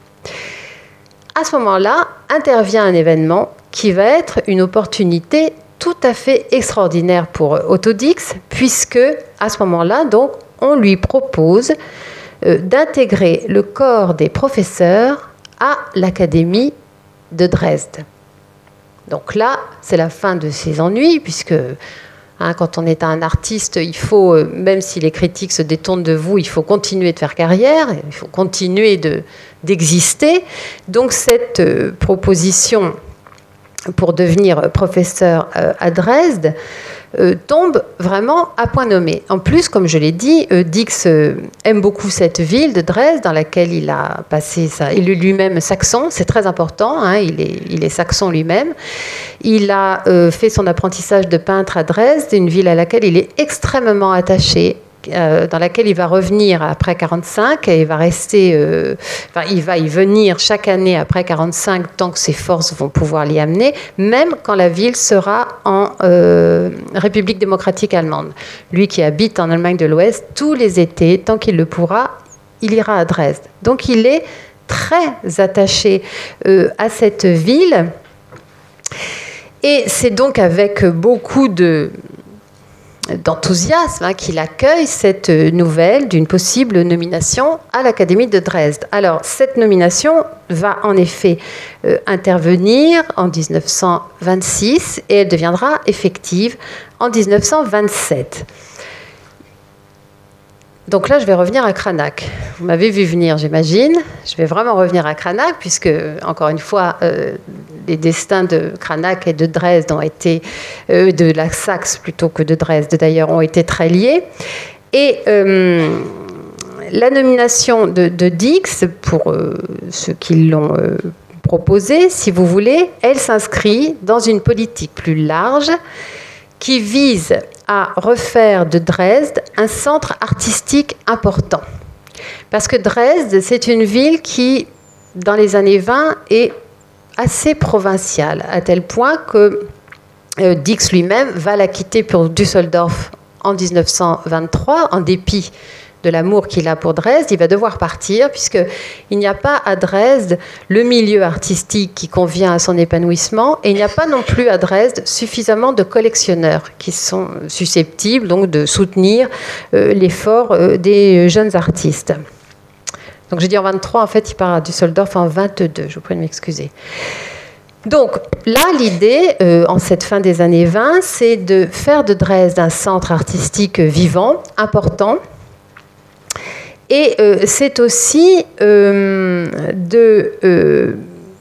À ce moment-là, intervient un événement qui va être une opportunité tout à fait extraordinaire pour Otto Dix, puisque, à ce moment-là, donc, on lui propose euh, d'intégrer le corps des professeurs à l'Académie de Dresde. Donc là, c'est la fin de ses ennuis, puisque Hein, quand on est un artiste, il faut, même si les critiques se détournent de vous, il faut continuer de faire carrière, il faut continuer de, d'exister. Donc cette euh, proposition pour devenir professeur euh, à Dresde euh, tombe vraiment à point nommé. En plus, comme je l'ai dit, euh, Dix euh, aime beaucoup cette ville de Dresde dans laquelle il a passé sa... Il est lui-même saxon, c'est très important, hein, il, est, il est saxon lui-même. Il a euh, fait son apprentissage de peintre à Dresde, une ville à laquelle il est extrêmement attaché, euh, dans laquelle il va revenir après quarante-cinq et il va rester, euh, enfin, il va y venir chaque année après quarante-cinq tant que ses forces vont pouvoir l'y amener, même quand la ville sera en euh, République démocratique allemande. Lui qui habite en Allemagne de l'Ouest, tous les étés, tant qu'il le pourra, il ira à Dresde. Donc il est très attaché euh, à cette ville. Et c'est donc avec beaucoup de, d'enthousiasme hein, qu'il accueille cette nouvelle d'une possible nomination à l'Académie de Dresde. Alors, cette nomination va en effet euh, intervenir en dix-neuf cent vingt-six et elle deviendra effective en dix-neuf cent vingt-sept. Donc là, je vais revenir à Cranach. Vous m'avez vu venir, j'imagine. Je vais vraiment revenir à Cranach, puisque, encore une fois, euh, les destins de Cranach et de Dresde ont été, euh, de la Saxe plutôt que de Dresde d'ailleurs, ont été très liés. Et euh, la nomination de, de Dix, pour euh, ceux qui l'ont euh, proposée, si vous voulez, elle s'inscrit dans une politique plus large qui vise à refaire de Dresde un centre artistique important. Parce que Dresde, c'est une ville qui, dans les années vingt, est assez provinciale, à tel point que euh, Dix lui-même va la quitter pour Düsseldorf en dix-neuf cent vingt-trois, en dépit de l'amour qu'il a pour Dresde. Il va devoir partir, puisqu'il n'y a pas à Dresde le milieu artistique qui convient à son épanouissement, et il n'y a pas non plus à Dresde suffisamment de collectionneurs qui sont susceptibles donc de soutenir euh, l'effort euh, des jeunes artistes. Donc j'ai dit en vingt-trois, en fait il part à Düsseldorf en vingt-deux, je vous prie de m'excuser. Donc là, l'idée, euh, en cette fin des années vingt, c'est de faire de Dresde un centre artistique vivant, important. Et euh, c'est aussi euh, de, euh,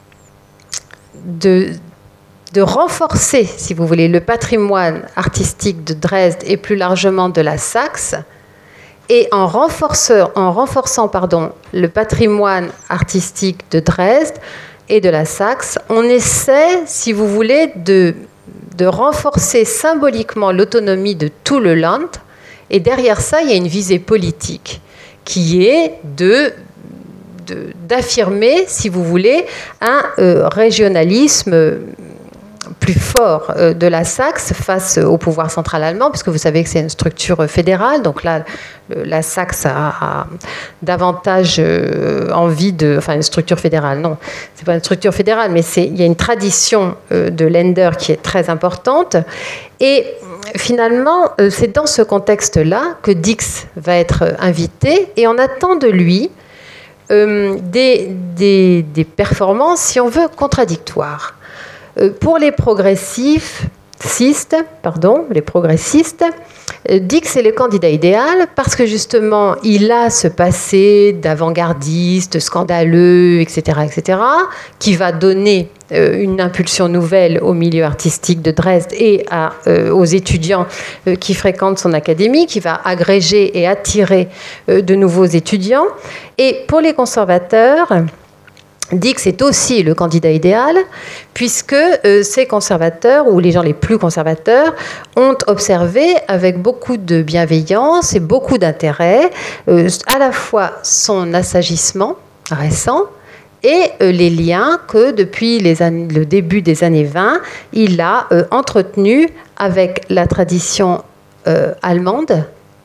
de, de renforcer, si vous voulez, le patrimoine artistique de Dresde et plus largement de la Saxe. Et en renforçant, en renforçant pardon, le patrimoine artistique de Dresde et de la Saxe, on essaie, si vous voulez, de, de renforcer symboliquement l'autonomie de tout le Land. Et derrière ça, il y a une visée politique qui est de, de, d'affirmer, si vous voulez, un euh, régionalisme plus fort euh, de la Saxe face au pouvoir central allemand, puisque vous savez que c'est une structure fédérale. Donc là, le, la Saxe a, a davantage euh, envie de... Enfin, une structure fédérale, non. C'est pas une structure fédérale, mais c'est, il y a une tradition euh, de Länder qui est très importante. Et finalement, c'est dans ce contexte-là que Dix va être invité et on attend de lui euh, des, des, des performances, si on veut, contradictoires. Euh, pour les progressistes, pardon, les progressistes, Dix est le candidat idéal parce que justement, il a ce passé d'avant-gardiste, scandaleux, et cetera, et cetera, qui va donner euh, une impulsion nouvelle au milieu artistique de Dresde et à, euh, aux étudiants euh, qui fréquentent son académie, qui va agréger et attirer euh, de nouveaux étudiants. Et pour les conservateurs, Dix est aussi le candidat idéal, puisque euh, ces conservateurs, ou les gens les plus conservateurs, ont observé avec beaucoup de bienveillance et beaucoup d'intérêt euh, à la fois son assagissement récent et euh, les liens que depuis les années, le début des années vingt, il a euh, entretenus avec la tradition euh, allemande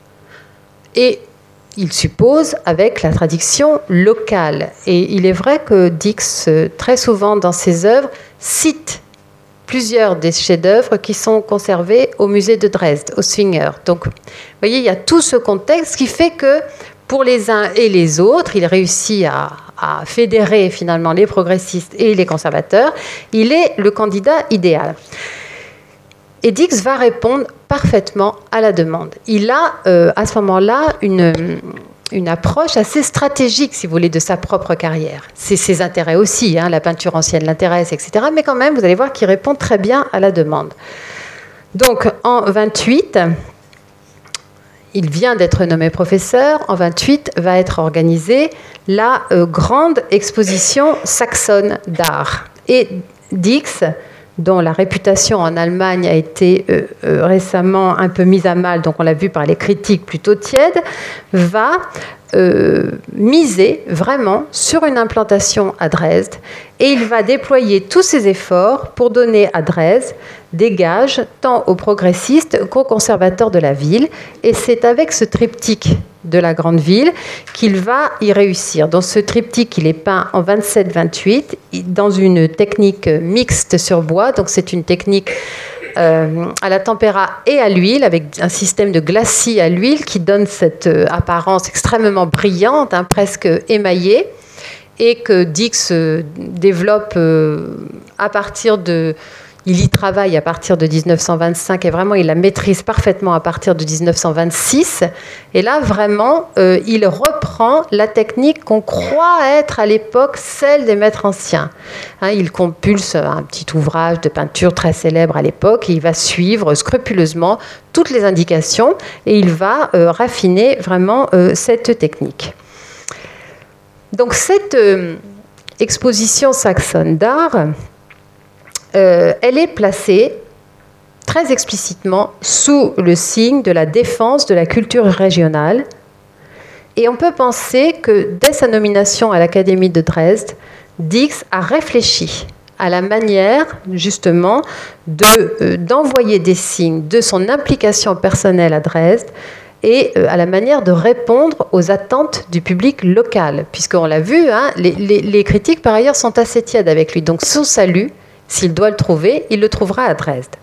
et il suppose avec la tradition locale. Et il est vrai que Dix, très souvent dans ses œuvres, cite plusieurs des chefs-d'œuvre qui sont conservés au musée de Dresde, au Zwinger. Donc, vous voyez, il y a tout ce contexte qui fait que pour les uns et les autres, il réussit à, à fédérer finalement les progressistes et les conservateurs. Il est le candidat idéal. Et Dix va répondre parfaitement à la demande. Il a euh, à ce moment-là une, une approche assez stratégique, si vous voulez, de sa propre carrière. C'est ses intérêts aussi, hein, la peinture ancienne l'intéresse, et cetera. Mais quand même, vous allez voir qu'il répond très bien à la demande. Donc, en vingt-huit, il vient d'être nommé professeur. En vingt-huit, va être organisée la euh, grande exposition saxonne d'art. Et Dix, dont la réputation en Allemagne a été euh, euh, récemment un peu mise à mal, donc on l'a vu par les critiques plutôt tièdes, va euh, miser vraiment sur une implantation à Dresde, et il va déployer tous ses efforts pour donner à Dresde des gages tant aux progressistes qu'aux conservateurs de la ville, et c'est avec ce triptyque de la grande ville qu'il va y réussir. Dans ce triptyque, il est peint en vingt-sept vingt-huit dans une technique mixte sur bois, donc c'est une technique euh, à la tempéra et à l'huile, avec un système de glacis à l'huile qui donne cette euh, apparence extrêmement brillante, hein, presque émaillée, et que Dix euh, développe euh, à partir de... Il y travaille à partir de dix-neuf cent vingt-cinq et vraiment il la maîtrise parfaitement à partir de dix-neuf cent vingt-six. Et là, vraiment, euh, il reprend la technique qu'on croit être à l'époque celle des maîtres anciens. Hein, il compulse un petit ouvrage de peinture très célèbre à l'époque et il va suivre scrupuleusement toutes les indications et il va euh, raffiner vraiment euh, cette technique. Donc cette euh, exposition saxonne d'art, Euh, elle est placée très explicitement sous le signe de la défense de la culture régionale. Et on peut penser que dès sa nomination à l'Académie de Dresde, Dix a réfléchi à la manière justement de, euh, d'envoyer des signes de son implication personnelle à Dresde et euh, à la manière de répondre aux attentes du public local. Puisqu'on l'a vu, hein, les, les, les critiques par ailleurs sont assez tièdes avec lui. Donc son salut, s'il doit le trouver, il le trouvera à Dresde.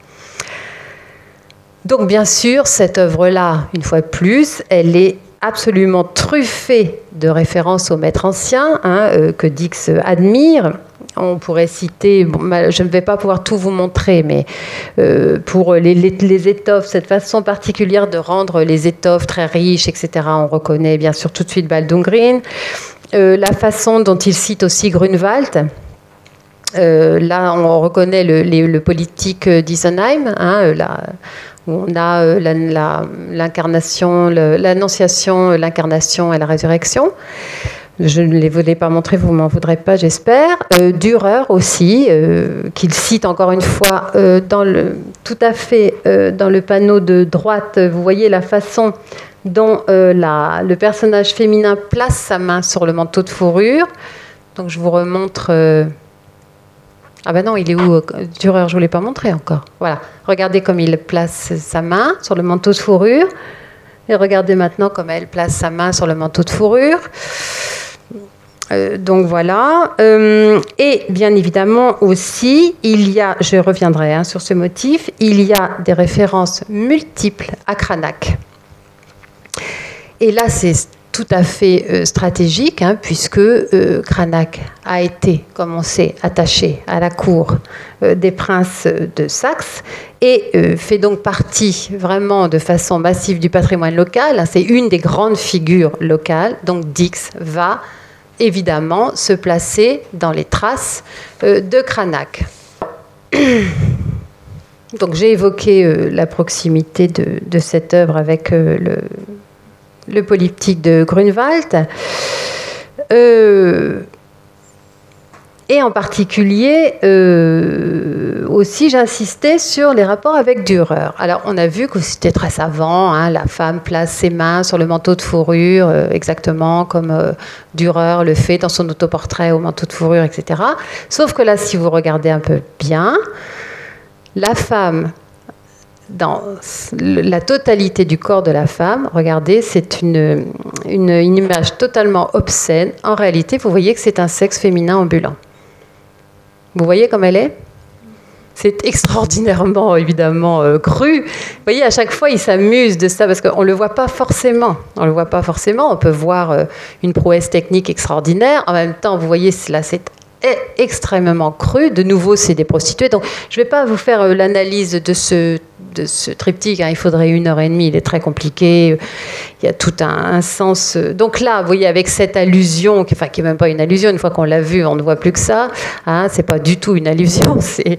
Donc bien sûr, cette œuvre-là, une fois de plus, elle est absolument truffée de références aux maîtres anciens, hein, euh, que Dix admire. On pourrait citer, bon, je ne vais pas pouvoir tout vous montrer, mais euh, pour les, les, les étoffes, cette façon particulière de rendre les étoffes très riches, et cetera, on reconnaît bien sûr tout de suite Baldung-Grün. Euh, la façon dont il cite aussi Grünwald. Euh, là, on reconnaît le, le, le politique d'Isenheim, hein, là, où on a euh, la, la, l'incarnation, le, l'annonciation, l'incarnation et la résurrection. Je ne les voulais pas montrer, vous ne m'en voudrez pas, j'espère. Euh, Dürer aussi, euh, qu'il cite encore une fois euh, dans le, tout à fait euh, dans le panneau de droite. Vous voyez la façon dont euh, la, le personnage féminin place sa main sur le manteau de fourrure. Donc je vous remontre... Euh, Ah ben non, il est où Dürer, je ne vous l'ai pas montré encore. Voilà, regardez comme il place sa main sur le manteau de fourrure. Et regardez maintenant comme elle place sa main sur le manteau de fourrure. Euh, donc voilà. Euh, et bien évidemment aussi, il y a, je reviendrai hein, sur ce motif, il y a des références multiples à Cranach. Et là, c'est tout à fait euh, stratégique, hein, puisque euh, Cranach a été, comme on sait, attaché à la cour euh, des princes de Saxe et euh, fait donc partie vraiment de façon massive du patrimoine local. Hein, c'est une des grandes figures locales. Donc Dix va évidemment se placer dans les traces euh, de Cranach. Donc j'ai évoqué euh, la proximité de, de cette œuvre avec euh, le le polyptyque de Grünwald, euh, et en particulier euh, aussi j'insistais sur les rapports avec Dürer. Alors on a vu que c'était très savant, hein, la femme place ses mains sur le manteau de fourrure, euh, exactement comme euh, Dürer le fait dans son autoportrait au manteau de fourrure, et cetera. Sauf que là, si vous regardez un peu bien, la femme, dans la totalité du corps de la femme, regardez, c'est une, une, une image totalement obscène. En réalité, vous voyez que c'est un sexe féminin ambulant. Vous voyez comme elle est ? C'est extraordinairement, évidemment, euh, cru. Vous voyez, à chaque fois, il s'amuse de ça, parce qu'on ne le voit pas forcément. On le voit pas forcément. On peut voir euh, une prouesse technique extraordinaire. En même temps, vous voyez, là, c'est est extrêmement cru. De nouveau, c'est des prostituées. Donc, je ne vais pas vous faire euh, l'analyse de ce, de ce triptyque. Hein. Il faudrait une heure et demie, il est très compliqué. Il y a tout un, un sens. Donc là, vous voyez, avec cette allusion, enfin, qui n'est même pas une allusion, une fois qu'on l'a vu, on ne voit plus que ça. Hein, ce n'est pas du tout une allusion, c'est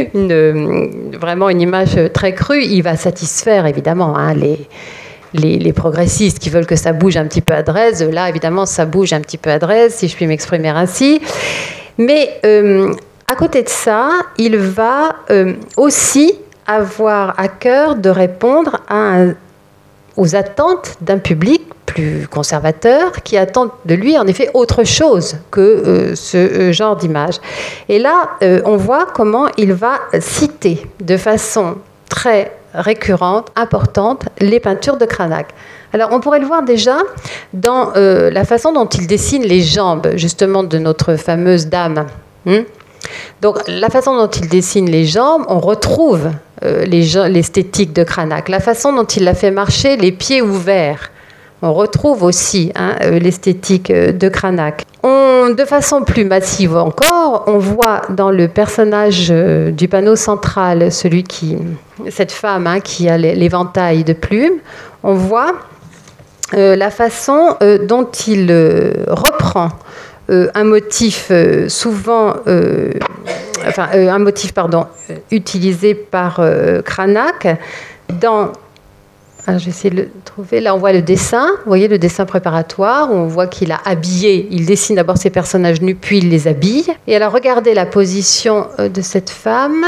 une, vraiment une image très crue. Il va satisfaire, évidemment, hein, les... Les, les progressistes qui veulent que ça bouge un petit peu à Dresde, là, évidemment, ça bouge un petit peu à Dresde, si je puis m'exprimer ainsi. Mais euh, à côté de ça, il va euh, aussi avoir à cœur de répondre à un, aux attentes d'un public plus conservateur qui attend de lui, en effet, autre chose que euh, ce euh, genre d'image. Et là, euh, on voit comment il va citer de façon très récurrente, importante, les peintures de Cranach. Alors, on pourrait le voir déjà dans euh, la façon dont il dessine les jambes, justement, de notre fameuse dame. Hum Donc, la façon dont il dessine les jambes, on retrouve euh, les, l'esthétique de Cranach. La façon dont il la fait marcher, les pieds ouverts, on retrouve aussi hein, l'esthétique de Cranach. On, de façon plus massive encore, on voit dans le personnage du panneau central, celui qui, cette femme hein, qui a l'éventail de plumes, on voit euh, la façon euh, dont il euh, reprend euh, un motif euh, souvent, euh, enfin euh, un motif pardon, utilisé par euh, Cranach dans Alors, je vais essayer de le trouver. Là, on voit le dessin. Vous voyez le dessin préparatoire. On voit qu'il a habillé. Il dessine d'abord ses personnages nus, puis il les habille. Et alors, regardez la position de cette femme.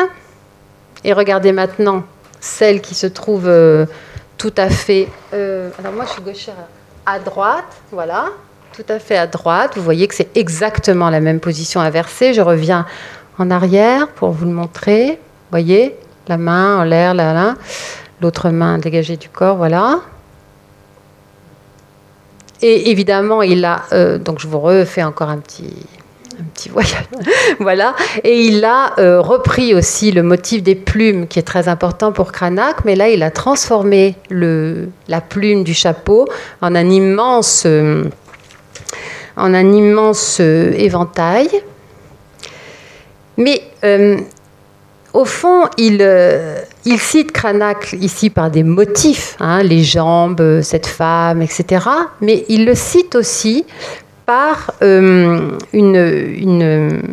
Et regardez maintenant celle qui se trouve euh, tout à fait... Euh, alors, moi, je suis gauchère à droite. Voilà. Tout à fait à droite. Vous voyez que c'est exactement la même position inversée. Je reviens en arrière pour vous le montrer. Vous voyez la main en l'air, là, là. L'autre main dégagée du corps, voilà. Et évidemment, il a... Euh, donc, je vous refais encore un petit, un petit voyage. Voilà. Et il a euh, repris aussi le motif des plumes, qui est très important pour Cranach, mais là, il a transformé le, la plume du chapeau en un immense, euh, en un immense euh, éventail. Mais... Euh, Au fond, il, euh, il cite Cranach ici par des motifs, hein, les jambes, cette femme, et cetera. Mais il le cite aussi par euh, une, une,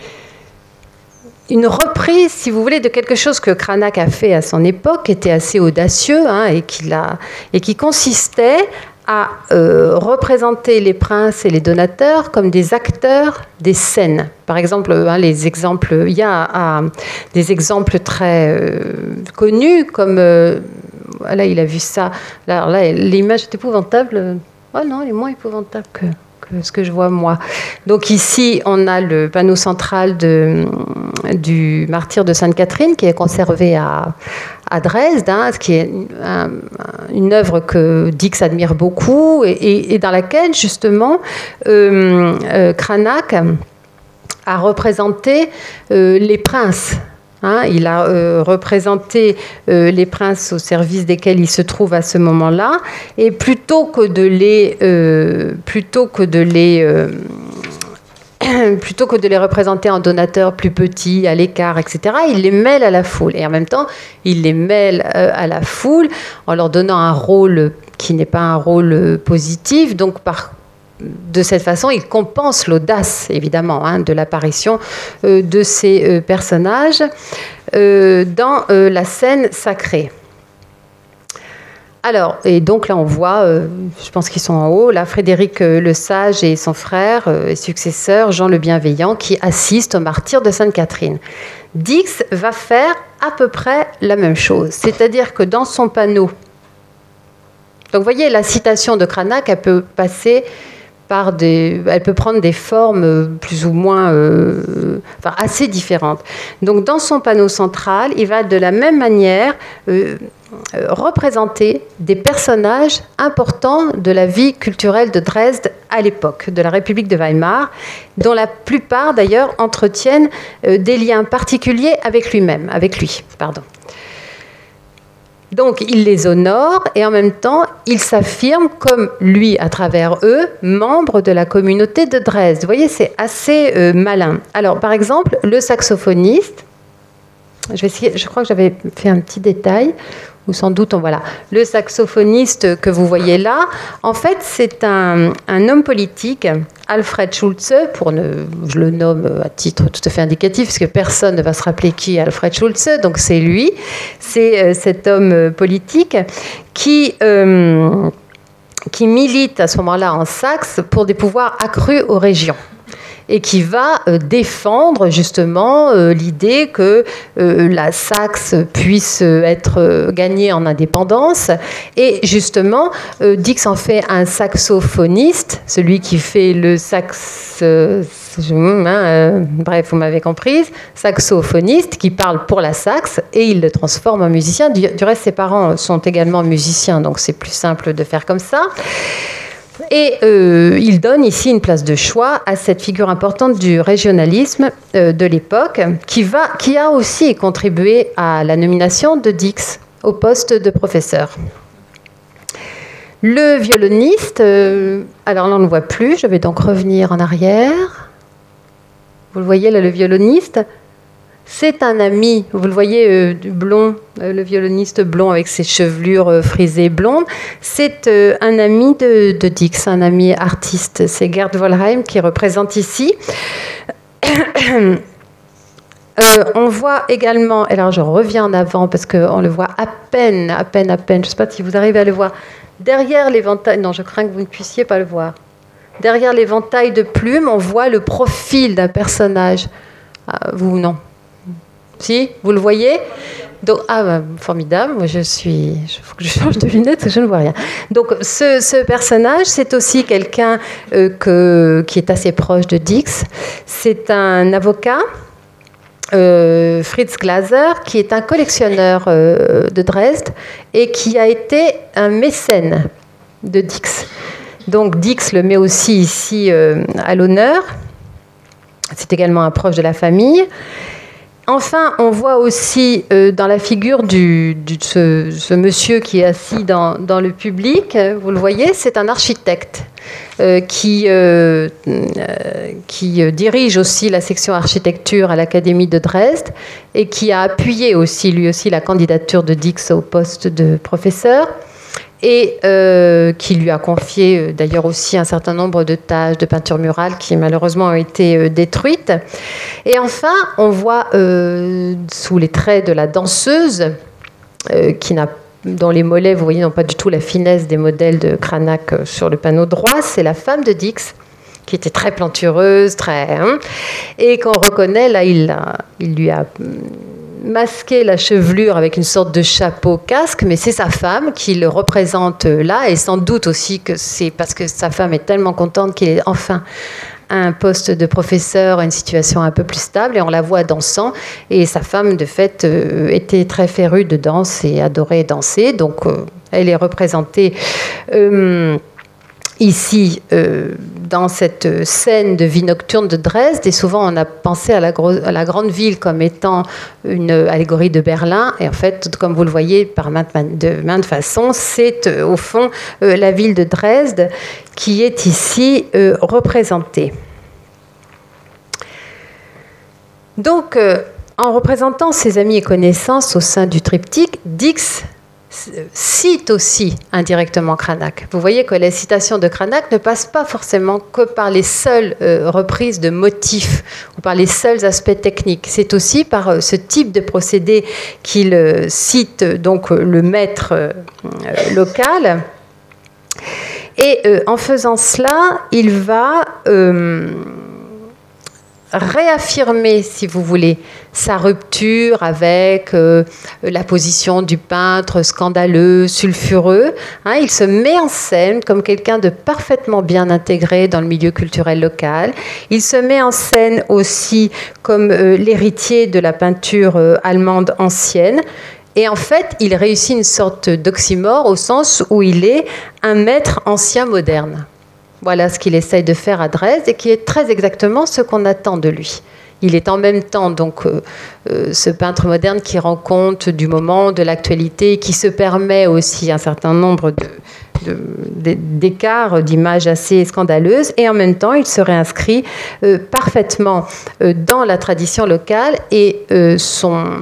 une reprise, si vous voulez, de quelque chose que Cranach a fait à son époque, qui était assez audacieux hein, et, qui a, et qui consistait à euh, représenter les princes et les donateurs comme des acteurs des scènes. Par exemple, hein, les exemples, il y a ah, des exemples très euh, connus, comme euh, là, il a vu ça. Alors là, l'image est épouvantable. Oh non, elle est moins épouvantable que, que ce que je vois moi. Donc ici, on a le panneau central de, du martyre de Sainte-Catherine qui est conservé à à Dresde, hein, ce qui est un, une œuvre que Dix admire beaucoup et, et, et dans laquelle, justement, euh, euh, Cranach a représenté euh, les princes. Hein, il a euh, représenté euh, les princes au service desquels il se trouve à ce moment-là, et plutôt que de les... Euh, plutôt que de les euh, plutôt que de les représenter en donateurs plus petits, à l'écart, et cetera, il les mêle à la foule. Et en même temps, il les mêle à la foule en leur donnant un rôle qui n'est pas un rôle positif. Donc, par, de cette façon, il compense l'audace, évidemment, hein, de l'apparition euh, de ces euh, personnages euh, dans euh, la scène sacrée. Alors, et donc là, on voit, euh, je pense qu'ils sont en haut, là, Frédéric euh, le Sage et son frère euh, et successeur, Jean le Bienveillant, qui assistent au martyre de Sainte-Catherine. Dix va faire à peu près la même chose, c'est-à-dire que dans son panneau, donc vous voyez, la citation de Cranach, elle peut passer par des, elle peut prendre des formes plus ou moins, euh, enfin assez différentes. Donc dans son panneau central, il va de la même manière euh, représenter des personnages importants de la vie culturelle de Dresde à l'époque, de la République de Weimar, dont la plupart d'ailleurs entretiennent euh, des liens particuliers avec lui-même, avec lui, pardon. Donc, il les honore et en même temps, il s'affirme comme lui, à travers eux, membre de la communauté de Dresde. Vous voyez, c'est assez euh, malin. Alors, par exemple, le saxophoniste, je vais essayer, je crois que j'avais fait un petit détail, ou sans doute, on, voilà. Le saxophoniste que vous voyez là, en fait, c'est un, un homme politique, Alfred Schulze, pour ne, je le nomme à titre tout à fait indicatif, parce que personne ne va se rappeler qui est Alfred Schulze, donc c'est lui, c'est euh, cet homme politique qui... Euh, qui milite à ce moment-là en Saxe pour des pouvoirs accrus aux régions et qui va euh, défendre justement euh, l'idée que euh, la Saxe puisse être euh, gagnée en indépendance. Et justement, euh, Dix en fait un saxophoniste, celui qui fait le sax... Euh, hein, euh, bref, vous m'avez comprise, saxophoniste qui parle pour la Saxe et il le transforme en musicien. Du, du reste, ses parents sont également musiciens, donc c'est plus simple de faire comme ça. Et euh, il donne ici une place de choix à cette figure importante du régionalisme euh, de l'époque, qui, va, qui a aussi contribué à la nomination de Dix au poste de professeur. Le violoniste, euh, alors là on ne le voit plus, je vais donc revenir en arrière. Vous le voyez là, le violoniste, c'est un ami, vous le voyez, euh, du blond, euh, le violoniste blond avec ses chevelures euh, frisées blondes, c'est euh, un ami de, de Dix, un ami artiste, c'est Gerd Wollheim qui représente ici. euh, on voit également, et alors je reviens en avant parce qu'on le voit à peine, à peine, à peine, je ne sais pas si vous arrivez à le voir, derrière l'éventail, non je crains que vous ne puissiez pas le voir, derrière l'éventail de plumes, on voit le profil d'un personnage. Ah, vous, non? Si, vous le voyez? Donc, ah, bah, formidable, moi je suis... Il faut que je change de lunettes, parce que je ne vois rien. Donc, ce, ce personnage, c'est aussi quelqu'un euh, que, qui est assez proche de Dix. C'est un avocat, euh, Fritz Glaser, qui est un collectionneur euh, de Dresde et qui a été un mécène de Dix. Donc, Dix le met aussi ici euh, à l'honneur. C'est également un proche de la famille. Enfin, on voit aussi euh, dans la figure du, du, ce, ce monsieur qui est assis dans, dans le public, vous le voyez, c'est un architecte euh, qui, euh, euh, qui dirige aussi la section architecture à l'Académie de Dresde et qui a appuyé aussi, lui aussi, la candidature de Dix au poste de professeur. Et euh, qui lui a confié euh, d'ailleurs aussi un certain nombre de tâches de peinture murale qui malheureusement ont été euh, détruites. Et enfin, on voit euh, sous les traits de la danseuse, euh, qui n'a, dont les mollets, vous voyez, n'ont pas du tout la finesse des modèles de Cranach euh, sur le panneau droit, c'est la femme de Dix, qui était très plantureuse, très... Hein, et qu'on reconnaît, là, il, a, il lui a... masquer la chevelure avec une sorte de chapeau casque, mais c'est sa femme qui le représente là, et sans doute aussi que c'est parce que sa femme est tellement contente qu'il est enfin un poste de professeur, une situation un peu plus stable, et on la voit dansant, et sa femme de fait euh, était très férue de danse et adorait danser, donc euh, elle est représentée euh, ici, euh, dans cette scène de vie nocturne de Dresde, et souvent on a pensé à la, gros, à la grande ville comme étant une allégorie de Berlin, et en fait, comme vous le voyez par maintes, de maintes façons, c'est euh, au fond euh, la ville de Dresde qui est ici euh, représentée. Donc, euh, en représentant ses amis et connaissances au sein du triptyque, Dix cite aussi indirectement Cranach. Vous voyez que les citations de Cranach ne passent pas forcément que par les seules euh, reprises de motifs ou par les seuls aspects techniques. C'est aussi par euh, ce type de procédé qu'il euh, cite donc euh, le maître euh, local. Et euh, en faisant cela, il va euh, réaffirmer, si vous voulez, sa rupture avec euh, la position du peintre scandaleux, sulfureux. Hein, il se met en scène comme quelqu'un de parfaitement bien intégré dans le milieu culturel local. Il se met en scène aussi comme euh, l'héritier de la peinture euh, allemande ancienne. Et en fait, il réussit une sorte d'oxymore au sens où il est un maître ancien moderne. Voilà ce qu'il essaye de faire à Dresde et qui est très exactement ce qu'on attend de lui. Il est en même temps donc euh, euh, ce peintre moderne qui rend compte du moment, de l'actualité, qui se permet aussi un certain nombre de, de, de, d'écarts, d'images assez scandaleuses, et en même temps il se réinscrit euh, parfaitement euh, dans la tradition locale, et euh, son,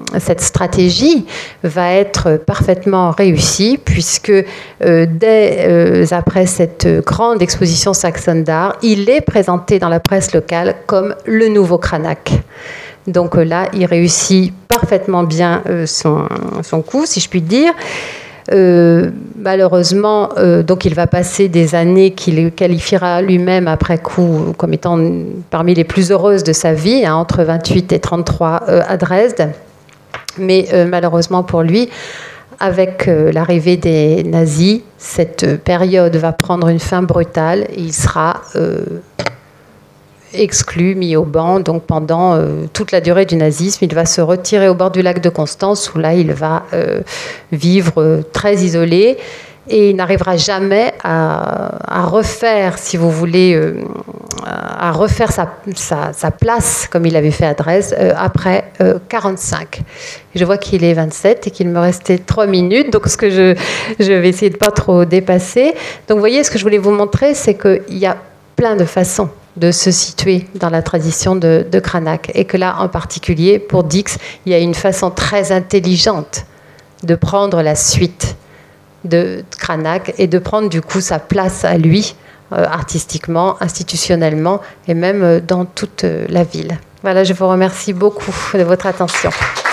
cette stratégie va être parfaitement réussie, puisque euh, dès euh, après cette grande exposition saxonne d'art, il est présenté dans la presse locale comme le nouveau Cranach. Donc euh, là, il réussit parfaitement bien euh, son, son coup, si je puis dire. Euh, malheureusement, euh, donc il va passer des années qu'il qualifiera lui-même après coup comme étant parmi les plus heureuses de sa vie, hein, entre vingt-huit et trente-trois euh, à Dresde. Mais euh, malheureusement pour lui, avec euh, l'arrivée des nazis, cette période va prendre une fin brutale et il sera euh, exclu, mis au banc. Donc pendant euh, toute la durée du nazisme, il va se retirer au bord du lac de Constance, où là il va euh, vivre euh, très isolé. Et il n'arrivera jamais à, à refaire, si vous voulez, euh, à refaire sa, sa, sa place, comme il avait fait à Dresde, euh, après euh, quarante-cinq. Je vois qu'il est vingt-sept et qu'il me restait trois minutes, donc ce que je, je vais essayer de ne pas trop dépasser. Donc vous voyez, ce que je voulais vous montrer, c'est qu'il y a plein de façons de se situer dans la tradition de, de Cranach. Et que là, en particulier, pour Dix, il y a une façon très intelligente de prendre la suite de Cranach et de prendre du coup sa place à lui, euh, artistiquement, institutionnellement et même euh, dans toute euh, la ville. Voilà, je vous remercie beaucoup de votre attention.